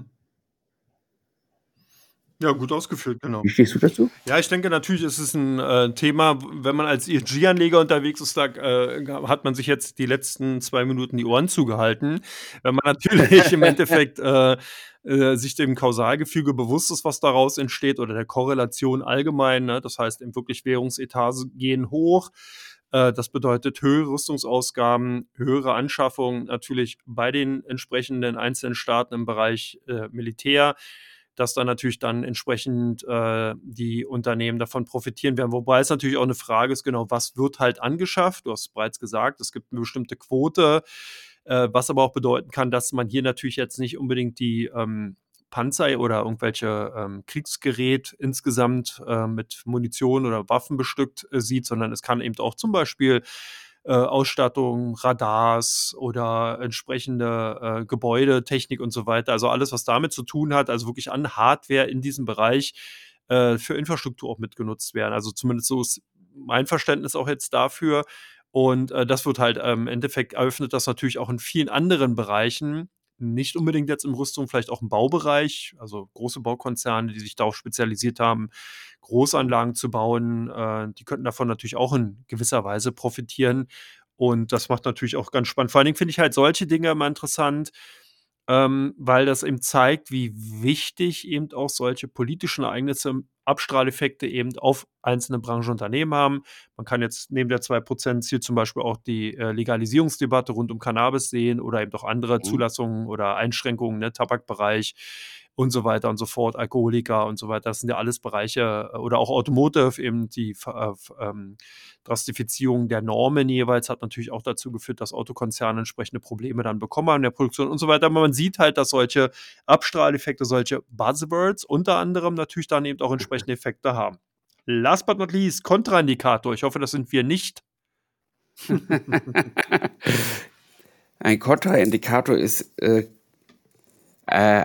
Ja, gut ausgeführt, genau. Wie stehst du dazu? Ja, ich denke, natürlich ist es ein äh, Thema, wenn man als E S G-Anleger unterwegs ist, da äh, hat man sich jetzt die letzten zwei Minuten die Ohren zugehalten. Wenn man natürlich im Endeffekt äh, äh, sich dem Kausalgefüge bewusst ist, was daraus entsteht oder der Korrelation allgemein, ne? Das heißt, eben wirklich Währungsetats gehen hoch. Äh, das bedeutet höhere Rüstungsausgaben, höhere Anschaffungen natürlich bei den entsprechenden einzelnen Staaten im Bereich äh, Militär. dass dann natürlich dann entsprechend äh, die Unternehmen davon profitieren werden. Wobei es natürlich auch eine Frage ist, genau, was wird halt angeschafft? Du hast es bereits gesagt, es gibt eine bestimmte Quote, äh, was aber auch bedeuten kann, dass man hier natürlich jetzt nicht unbedingt die ähm, Panzer oder irgendwelche ähm, Kriegsgerät insgesamt äh, mit Munition oder Waffen bestückt äh, sieht, sondern es kann eben auch zum Beispiel äh, Ausstattung, Radars oder entsprechende äh, Gebäude, Technik und so weiter. Also alles, was damit zu tun hat, also wirklich an Hardware in diesem Bereich äh, für Infrastruktur auch mitgenutzt werden. Also zumindest so ist mein Verständnis auch jetzt dafür. Und äh, das wird halt ähm, im Endeffekt eröffnet das natürlich auch in vielen anderen Bereichen, nicht unbedingt jetzt im Rüstung, vielleicht auch im Baubereich, also große Baukonzerne, die sich darauf spezialisiert haben, Großanlagen zu bauen, äh, die könnten davon natürlich auch in gewisser Weise profitieren. Und das macht natürlich auch ganz spannend. Vor allen Dingen finde ich halt solche Dinge immer interessant, ähm, weil das eben zeigt, wie wichtig eben auch solche politischen Ereignisse Abstrahleffekte eben auf einzelne Branchenunternehmen haben. Man kann jetzt neben der zwei Prozent Ziel zum Beispiel auch die äh, Legalisierungsdebatte rund um Cannabis sehen oder eben auch andere Mhm. Zulassungen oder Einschränkungen, ne, Tabakbereich und so weiter und so fort, Alkoholiker und so weiter. Das sind ja alles Bereiche äh, oder auch Automotive, eben die Ver- äh, f- ähm, Drastifizierung der Normen jeweils hat natürlich auch dazu geführt, dass Autokonzerne entsprechende Probleme dann bekommen haben in der Produktion und so weiter. Aber man sieht halt, dass solche Abstrahleffekte, solche Buzzwords unter anderem natürlich dann eben auch entsprechende Effekte haben. Last but not least, Kontraindikator. Ich hoffe, das sind wir nicht. Ein Kontraindikator ist äh, äh,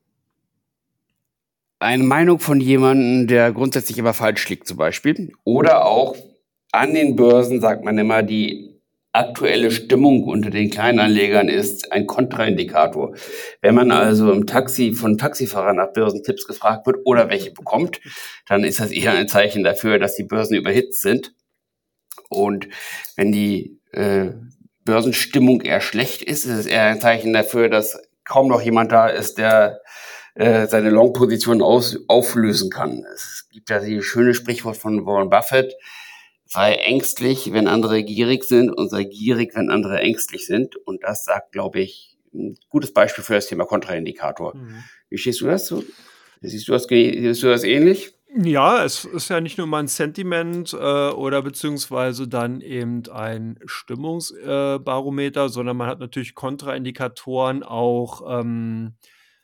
eine Meinung von jemandem, der grundsätzlich immer falsch liegt, zum Beispiel. Oder auch an den Börsen sagt man immer, die aktuelle Stimmung unter den Kleinanlegern ist ein Kontraindikator. Wenn man also im Taxi von Taxifahrern nach Börsentipps gefragt wird oder welche bekommt, dann ist das eher ein Zeichen dafür, dass die Börsen überhitzt sind. Und wenn die äh, Börsenstimmung eher schlecht ist, ist es eher ein Zeichen dafür, dass kaum noch jemand da ist, der äh, seine Long-Position aus, auflösen kann. Es gibt ja dieses schöne Sprichwort von Warren Buffett: sei ängstlich, wenn andere gierig sind, und sei gierig, wenn andere ängstlich sind. Und das sagt, glaube ich, ein gutes Beispiel für das Thema Kontraindikator. Mhm. Wie stehst du dazu? Siehst du das, siehst du das ähnlich? Ja, es ist ja nicht nur mal ein Sentiment, äh, oder beziehungsweise dann eben ein Stimmungsbarometer, äh, Barometer, sondern man hat natürlich Kontraindikatoren auch, ähm,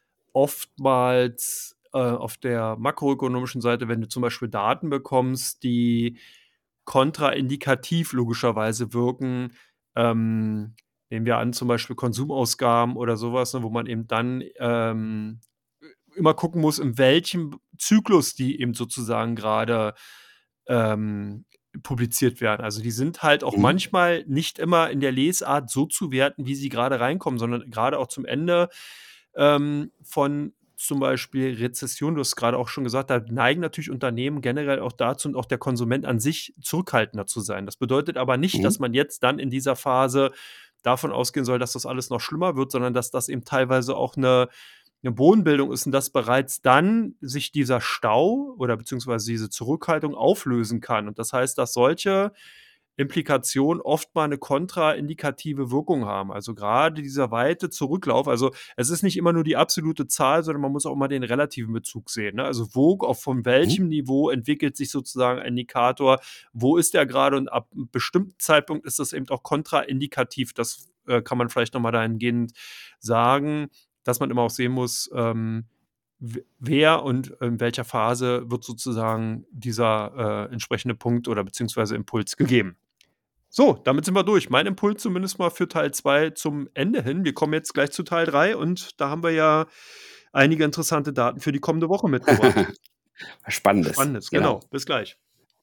oftmals, äh, auf der makroökonomischen Seite, wenn du zum Beispiel Daten bekommst, die kontraindikativ logischerweise wirken. Ähm, nehmen wir an, zum Beispiel Konsumausgaben oder sowas, ne, wo man eben dann, ähm, immer gucken muss, in welchem Zyklus die eben sozusagen gerade ähm, publiziert werden. Also, die sind halt auch Mhm. manchmal nicht immer in der Lesart so zu werten, wie sie gerade reinkommen, sondern gerade auch zum Ende ähm, von zum Beispiel Rezession, du hast gerade auch schon gesagt, da neigen natürlich Unternehmen generell auch dazu und auch der Konsument an sich zurückhaltender zu sein. Das bedeutet aber nicht, dass Mhm. man jetzt dann in dieser Phase davon ausgehen soll, dass das alles noch schlimmer wird, sondern dass das eben teilweise auch eine 'ne Bodenbildung ist und dass bereits dann sich dieser Stau oder beziehungsweise diese Zurückhaltung auflösen kann. Und das heißt, dass solche Implikationen oft mal 'ne kontraindikative Wirkung haben. Also, grade dieser weite Zurücklauf, also, es ist nicht immer nur die absolute Zahl, sondern man muss auch immer den relativen Bezug sehen, ne? Also, wo auf von Mhm. welchem Niveau entwickelt sich sozusagen ein Indikator? Wo ist der grade? Und ab 'nem bestimmten Zeitpunkt ist das eben auch kontraindikativ. Das, äh, kann man vielleicht noch mal dahingehend sagen, dass man immer auch sehen muss, ähm, w wer und in welcher Phase wird sozusagen dieser, äh, entsprechende Punkt oder beziehungsweise Impuls gegeben. So, damit sind wir durch. Mein Impuls zumindest mal für Teil zwei zum Ende hin. Wir kommen jetzt gleich zu Teil drei und da haben wir ja einige interessante Daten für die kommende Woche mitgebracht. Was Spannendes, Spannendes, genau. genau. Bis gleich.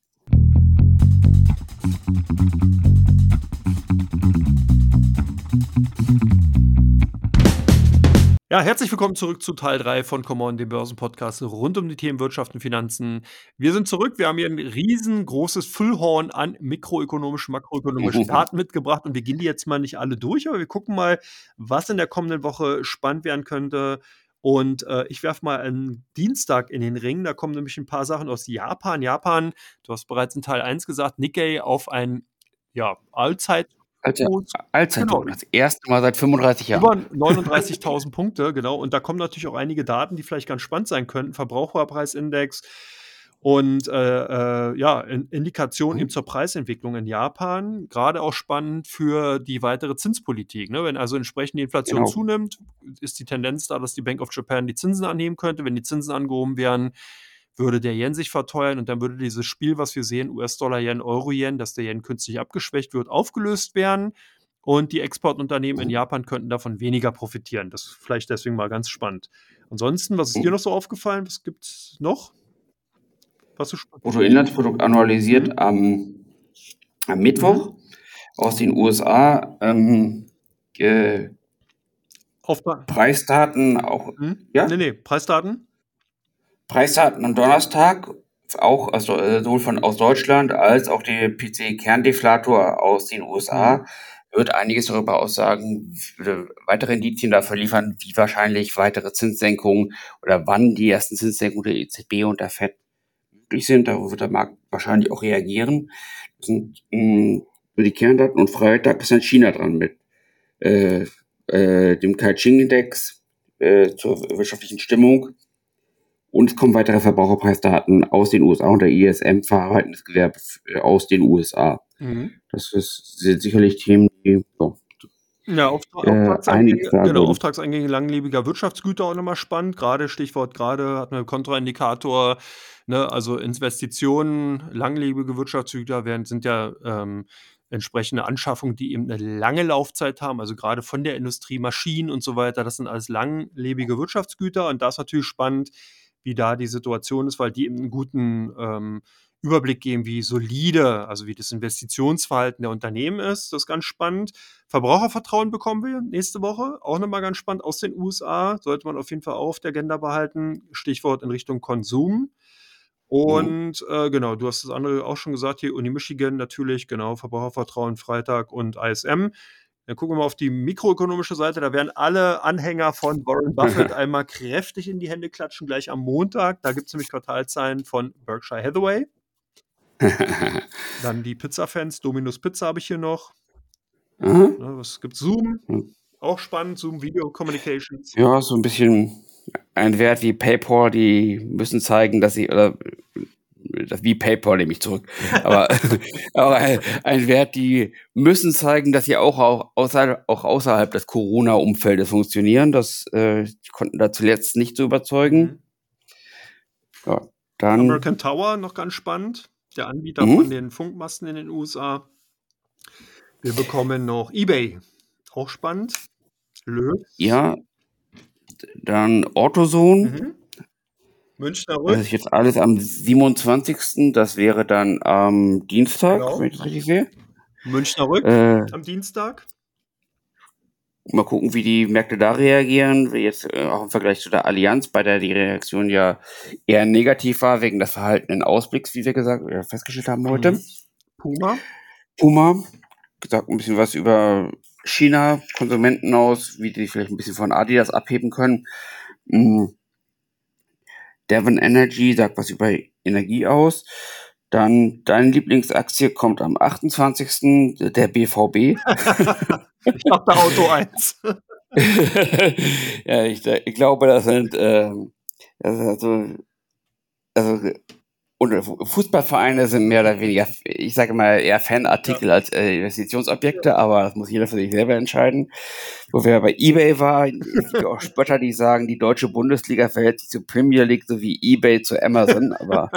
Ja, herzlich willkommen zurück zu Teil drei von Come On, dem Börsenpodcast rund um die Themen Wirtschaft und Finanzen. Wir sind zurück. Wir haben hier ein riesengroßes Füllhorn an mikroökonomischen, makroökonomischen Daten mitgebracht und wir gehen die jetzt mal nicht alle durch, aber wir gucken mal, was in der kommenden Woche spannend werden könnte. Und, äh, ich werfe mal einen Dienstag in den Ring. Da kommen nämlich ein paar Sachen aus Japan. Japan, du hast bereits in Teil eins gesagt, Nikkei auf ein, ja, Allzeit Alte Und genau. Allzeithoch, das erste Mal seit fünfunddreißig Jahren. Über neununddreißigtausend Punkte, genau. Und da kommen natürlich auch einige Daten, die vielleicht ganz spannend sein könnten. Verbraucherpreisindex und, äh, äh, ja, In Indikationen eben Mhm. zur Preisentwicklung in Japan. Gerade auch spannend für die weitere Zinspolitik, ne? Wenn also entsprechend die Inflation Genau. zunimmt, ist die Tendenz da, dass die Bank of Japan die Zinsen anheben könnte. Wenn die Zinsen angehoben werden, würde der Yen sich verteuern und dann würde dieses Spiel, was wir sehen, U S-Dollar, Yen, Euro-Yen, dass der Yen künstlich abgeschwächt wird, aufgelöst werden. Und die Exportunternehmen in Mhm. Japan könnten davon weniger profitieren. Das ist vielleicht deswegen mal ganz spannend. Ansonsten, was ist dir Mhm. noch so aufgefallen? Was gibt's noch? Was so spannend Bruttoinlandsprodukt annualisiert Mhm. am, am Mhm. Mittwoch aus den U S A. Ähm, äh, Auftrag. Preisdaten auch, Mhm. ja? Ne, ne, Preisdaten? Preisdaten am Donnerstag, auch aus, äh, sowohl von aus Deutschland als auch der P C I-Kerndeflator aus den U S A Mhm. wird einiges darüber aussagen, w- weitere Indizien dafür liefern, wie wahrscheinlich weitere Zinssenkungen oder wann die ersten Zinssenkungen der E Z B und der Fed möglich sind. Darauf wird der Markt wahrscheinlich auch reagieren. Das sind mh, die Kerndaten und Freitag ist dann China dran mit äh, äh, dem Caixin-Index äh, zur wirtschaftlichen Stimmung. Und es kommen weitere Verbraucherpreisdaten aus den U S A und der I S M, verarbeitendes Gewerbe äh, aus den U S A. Mhm. Das ist, sind sicherlich Themen, die so, Ja, Auftra äh, einiges Auftragseingänge sagen genau, würden. Auftragseingänge langlebiger Wirtschaftsgüter auch noch mal spannend. Grade Stichwort grade hatten wir Kontraindikator, ne, also Investitionen, langlebige Wirtschaftsgüter werden sind ja, ähm, entsprechende Anschaffungen, die eben 'ne lange Laufzeit haben, also grade von der Industrie, Maschinen und so weiter. Das sind alles langlebige Wirtschaftsgüter und da ist natürlich spannend, wie da die Situation ist, weil die eben 'n guten, ähm, Überblick geben, wie solide, also wie das Investitionsverhalten der Unternehmen ist. Das ist ganz spannend. Verbrauchervertrauen bekommen wir nächste Woche, auch noch mal ganz spannend aus den U S A, sollte man auf jeden Fall auch auf der Agenda behalten. Stichwort in Richtung Konsum. Mhm. Und, äh, genau, du hast das andere auch schon gesagt hier, Uni Michigan natürlich, genau, Verbrauchervertrauen Freitag und I S M. Dann gucken wir mal auf die mikroökonomische Seite, da werden alle Anhänger von Warren Buffett einmal kräftig in die Hände klatschen, gleich am Montag. Da gibt's nämlich Quartalszahlen von Berkshire Hathaway. Dann die Pizza-Fans, Domino's Pizza habe ich hier noch. Aha. Ne, was gibt's? Zoom, Hm. auch spannend, Zoom Video Communications. Ja, so ein bisschen ein Wert wie PayPal, die müssen zeigen, dass sie, oder das wie PayPal nehme ich zurück, aber, aber ein, ein Wert, die müssen zeigen, dass sie auch, auch, außerhalb, auch außerhalb des Corona-Umfeldes funktionieren. Das äh, die konnten da zuletzt nicht so überzeugen. Mhm. Ja, dann. American Tower, noch ganz spannend, der Anbieter von Mhm. den Funkmasten in den U S A. Wir bekommen noch eBay, auch spannend. Lös. Ja, dann AutoZone. Mhm. Münchner Das Rück. ist jetzt alles am siebenundzwanzigsten. Das wäre dann am Dienstag, Genau. wenn ich das richtig sehe. Münchner Rück Äh, am Dienstag. mal gucken, wie die Märkte da reagieren. Wie Jetzt äh, auch im Vergleich zu der Allianz, bei der die Reaktion ja eher negativ war, wegen des verhaltenen Ausblicks, wie wir gesagt oder festgestellt haben heute. Mhm. Puma. Puma gesagt ein bisschen was über China, Konsumenten aus, wie die vielleicht ein bisschen von Adidas abheben können. Mhm. Devon Energy sagt was über Energie aus. Dann deine Lieblingsaktie kommt am achtundzwanzigsten der B V B. Ich dachte Auto eins. Ja, ich, ich glaube, das sind ähm, das ist also, also und Fußballvereine sind mehr oder weniger, ich sage mal, eher Fanartikel Ja. als äh, Investitionsobjekte, aber das muss jeder für sich selber entscheiden. Wo wir bei eBay waren, es gibt ja auch Spötter, die sagen, die deutsche Bundesliga verhält sich zur Premier League so wie eBay zu Amazon, aber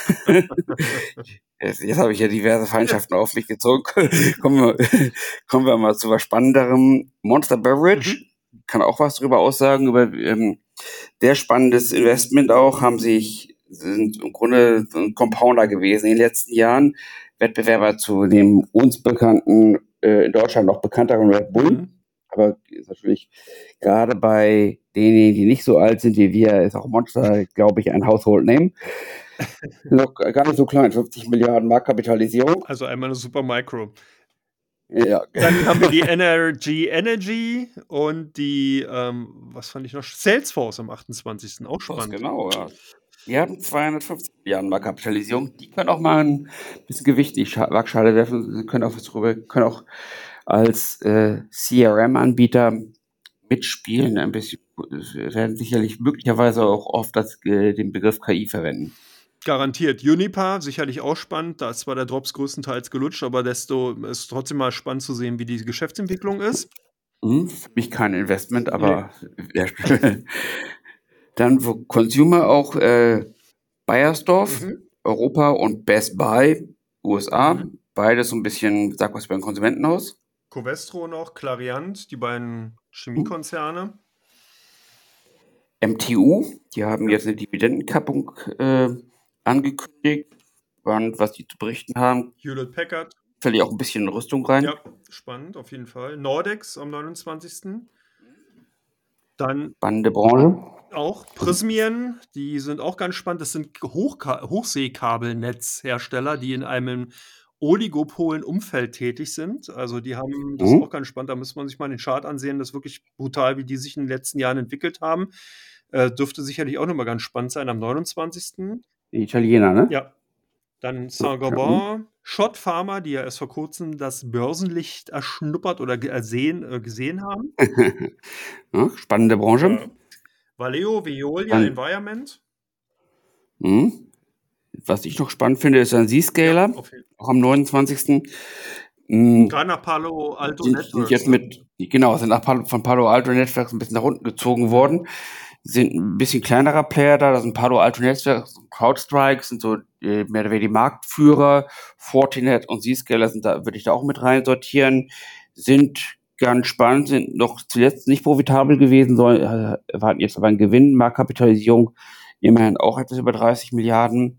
jetzt, jetzt habe ich ja diverse Feindschaften auf mich gezogen. kommen, wir, kommen wir mal zu was Spannenderem. Monster Beverage, Mhm. kann auch was darüber aussagen, über ähm, sehr spannendes Investment auch, haben sich sind im Grunde so ein Compounder gewesen in den letzten Jahren. Wettbewerber zu dem uns bekannten, äh, in Deutschland noch bekannteren Red Bull. Mhm. Aber ist natürlich gerade bei denen, die nicht so alt sind wie wir, ist auch Monster, glaube ich, ein Household Name. Noch gar nicht so klein, fünfzig Milliarden Marktkapitalisierung. Also einmal eine Super Micro. Ja. Dann haben wir die N R G Energy und die, ähm, was fand ich noch? Salesforce am achtundzwanzigsten Auch Was spannend. genau, ja. Die haben zweihundertfünfzig Milliarden Marktkapitalisierung. Die können auch mal ein bisschen Gewicht in die Scha- Waagschale werfen. Sie können auch was drüber, können auch als äh, C R M-Anbieter mitspielen. Ein bisschen werden sicherlich möglicherweise auch oft das, äh, den Begriff K I verwenden. Garantiert. Juniper, sicherlich auch spannend. Da ist zwar der Drops größtenteils gelutscht, aber desto ist trotzdem mal spannend zu sehen, wie die Geschäftsentwicklung ist. Hm, für mich kein Investment, Nee. aber ja. Dann wo Consumer auch äh, Bayersdorf, Mhm. Europa und Best Buy, U S A. Mhm. Beides so ein bisschen, sag was beim Konsumentenhaus. Covestro noch, Clariant, die beiden Chemiekonzerne. M T U, die haben Ja. jetzt eine Dividendenkappung äh, angekündigt. Und was die zu berichten haben, Hewlett Packard. fällt auch ein bisschen in Rüstung rein. Ja, spannend, auf jeden Fall. Nordex am neunundzwanzigsten Dann Spannende Branche. auch Prysmian, die sind auch ganz spannend. Das sind Hochka Hochseekabelnetzhersteller, die in einem oligopolen Umfeld tätig sind. Also die haben, das ist Mhm. auch ganz spannend, da muss man sich mal den Chart ansehen. Das ist wirklich brutal, wie die sich in den letzten Jahren entwickelt haben. Äh, dürfte sicherlich auch nochmal ganz spannend sein am neunundzwanzigsten Die Italiener, ne? Ja. Dann Mhm. Saint-Gobain, Schott Pharma, die ja erst vor kurzem das Börsenlicht erschnuppert oder ge- ersehen, äh, gesehen haben. Ja, spannende Branche. Ja. Valeo, Veolia, Dann, Environment. mhm. Was ich noch spannend finde, ist ein Z-Scaler, Ja, auf jeden auch am neunundzwanzigsten Mhm. Gerade nach Palo Alto Sind, Networks. sind jetzt Ne? mit, genau, sind nach Palo, von Palo Alto Networks ein bisschen nach unten gezogen worden. Sind ein bisschen kleinerer Player da, das sind Palo Alto Networks, CrowdStrike sind so äh, mehr oder weniger die Marktführer. Fortinet und Zscaler sind da, würde ich da auch mit rein sortieren. Sind ganz spannend, sind noch zuletzt nicht profitabel gewesen, sollen, äh, erwarten jetzt aber einen Gewinn, Marktkapitalisierung immerhin auch etwas über dreißig Milliarden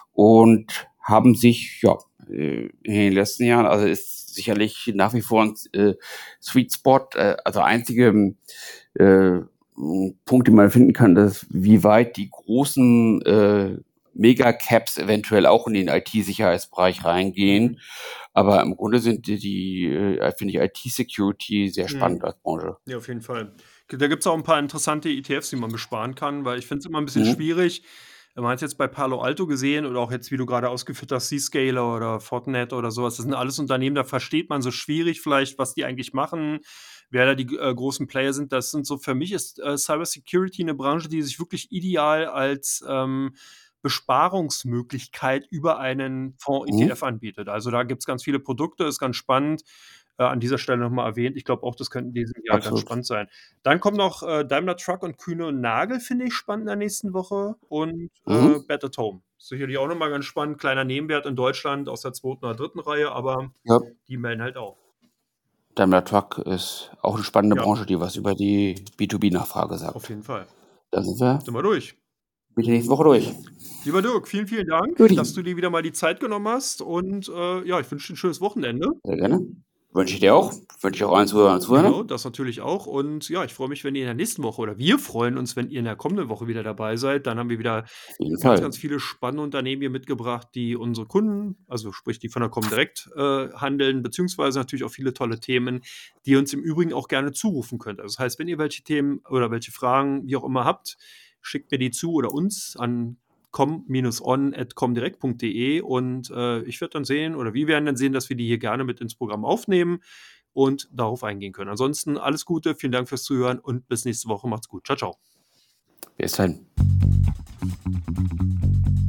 und haben sich, ja, äh, in den letzten Jahren, also ist sicherlich nach wie vor ein äh, Sweet Spot, äh, also einzige äh, Punkt, den man finden kann, ist, wie weit die großen äh, Megacaps eventuell auch in den I T-Sicherheitsbereich reingehen. Mhm. Aber im Grunde sind die, die äh, finde ich, I T-Security sehr spannend Mhm. als Branche. Ja, auf jeden Fall. Da gibt es auch ein paar interessante E T Fs, die man besparen kann, weil ich finde es immer ein bisschen Mhm. schwierig. Man hat es jetzt bei Palo Alto gesehen oder auch jetzt, wie du gerade ausgeführt hast, Zscaler oder Fortinet oder sowas. Das sind alles Unternehmen, da versteht man so schwierig vielleicht, was die eigentlich machen, wer da die äh, großen Player sind. Das sind so, für mich ist äh, Cybersecurity eine Branche, die sich wirklich ideal als ähm, Besparungsmöglichkeit über einen Fonds-E T F Mhm. anbietet. Also da gibt es ganz viele Produkte, ist ganz spannend. Äh, an dieser Stelle nochmal erwähnt. Ich glaube auch, das könnte in diesem Jahr ganz Absolut. spannend sein. Dann kommt noch äh, Daimler Truck und Kühne und Nagel, finde ich spannend in der nächsten Woche. Und äh, Mhm. Bet at Home. Sicherlich auch nochmal ganz spannend. Kleiner Nebenwert in Deutschland aus der zweiten oder dritten Reihe, aber Ja. die melden halt auch. Daimler Truck ist auch eine spannende Ja. Branche, die was über die B zwei B-Nachfrage sagt. Auf jeden Fall. Da sind wir Sind wir durch. mit der nächsten Woche durch. Lieber Dirk, vielen, vielen Dank, Guti. dass du dir wieder mal die Zeit genommen hast. Und äh, ja, ich wünsche dir ein schönes Wochenende. Sehr gerne. Wünsche ich dir auch. Wünsche ich auch allen Zuhörern und Zuhörern. Genau, das natürlich auch. Und ja, ich freue mich, wenn ihr in der nächsten Woche oder wir freuen uns, wenn ihr in der kommenden Woche wieder dabei seid. Dann haben wir wieder Auf jeden ganz, Fall. ganz viele spannende Unternehmen hier mitgebracht, die unsere Kunden, also sprich die von der Comdirect äh, handeln, beziehungsweise natürlich auch viele tolle Themen, die ihr uns im Übrigen auch gerne zurufen könnt. Also das heißt, wenn ihr welche Themen oder welche Fragen, wie auch immer habt, schickt mir die zu oder uns an com on at comdirect punkt de und äh, ich werde dann sehen oder wir werden dann sehen, dass wir die hier gerne mit ins Programm aufnehmen und darauf eingehen können. Ansonsten alles Gute, vielen Dank fürs Zuhören und bis nächste Woche. Macht's gut. Ciao, ciao. Bis dann.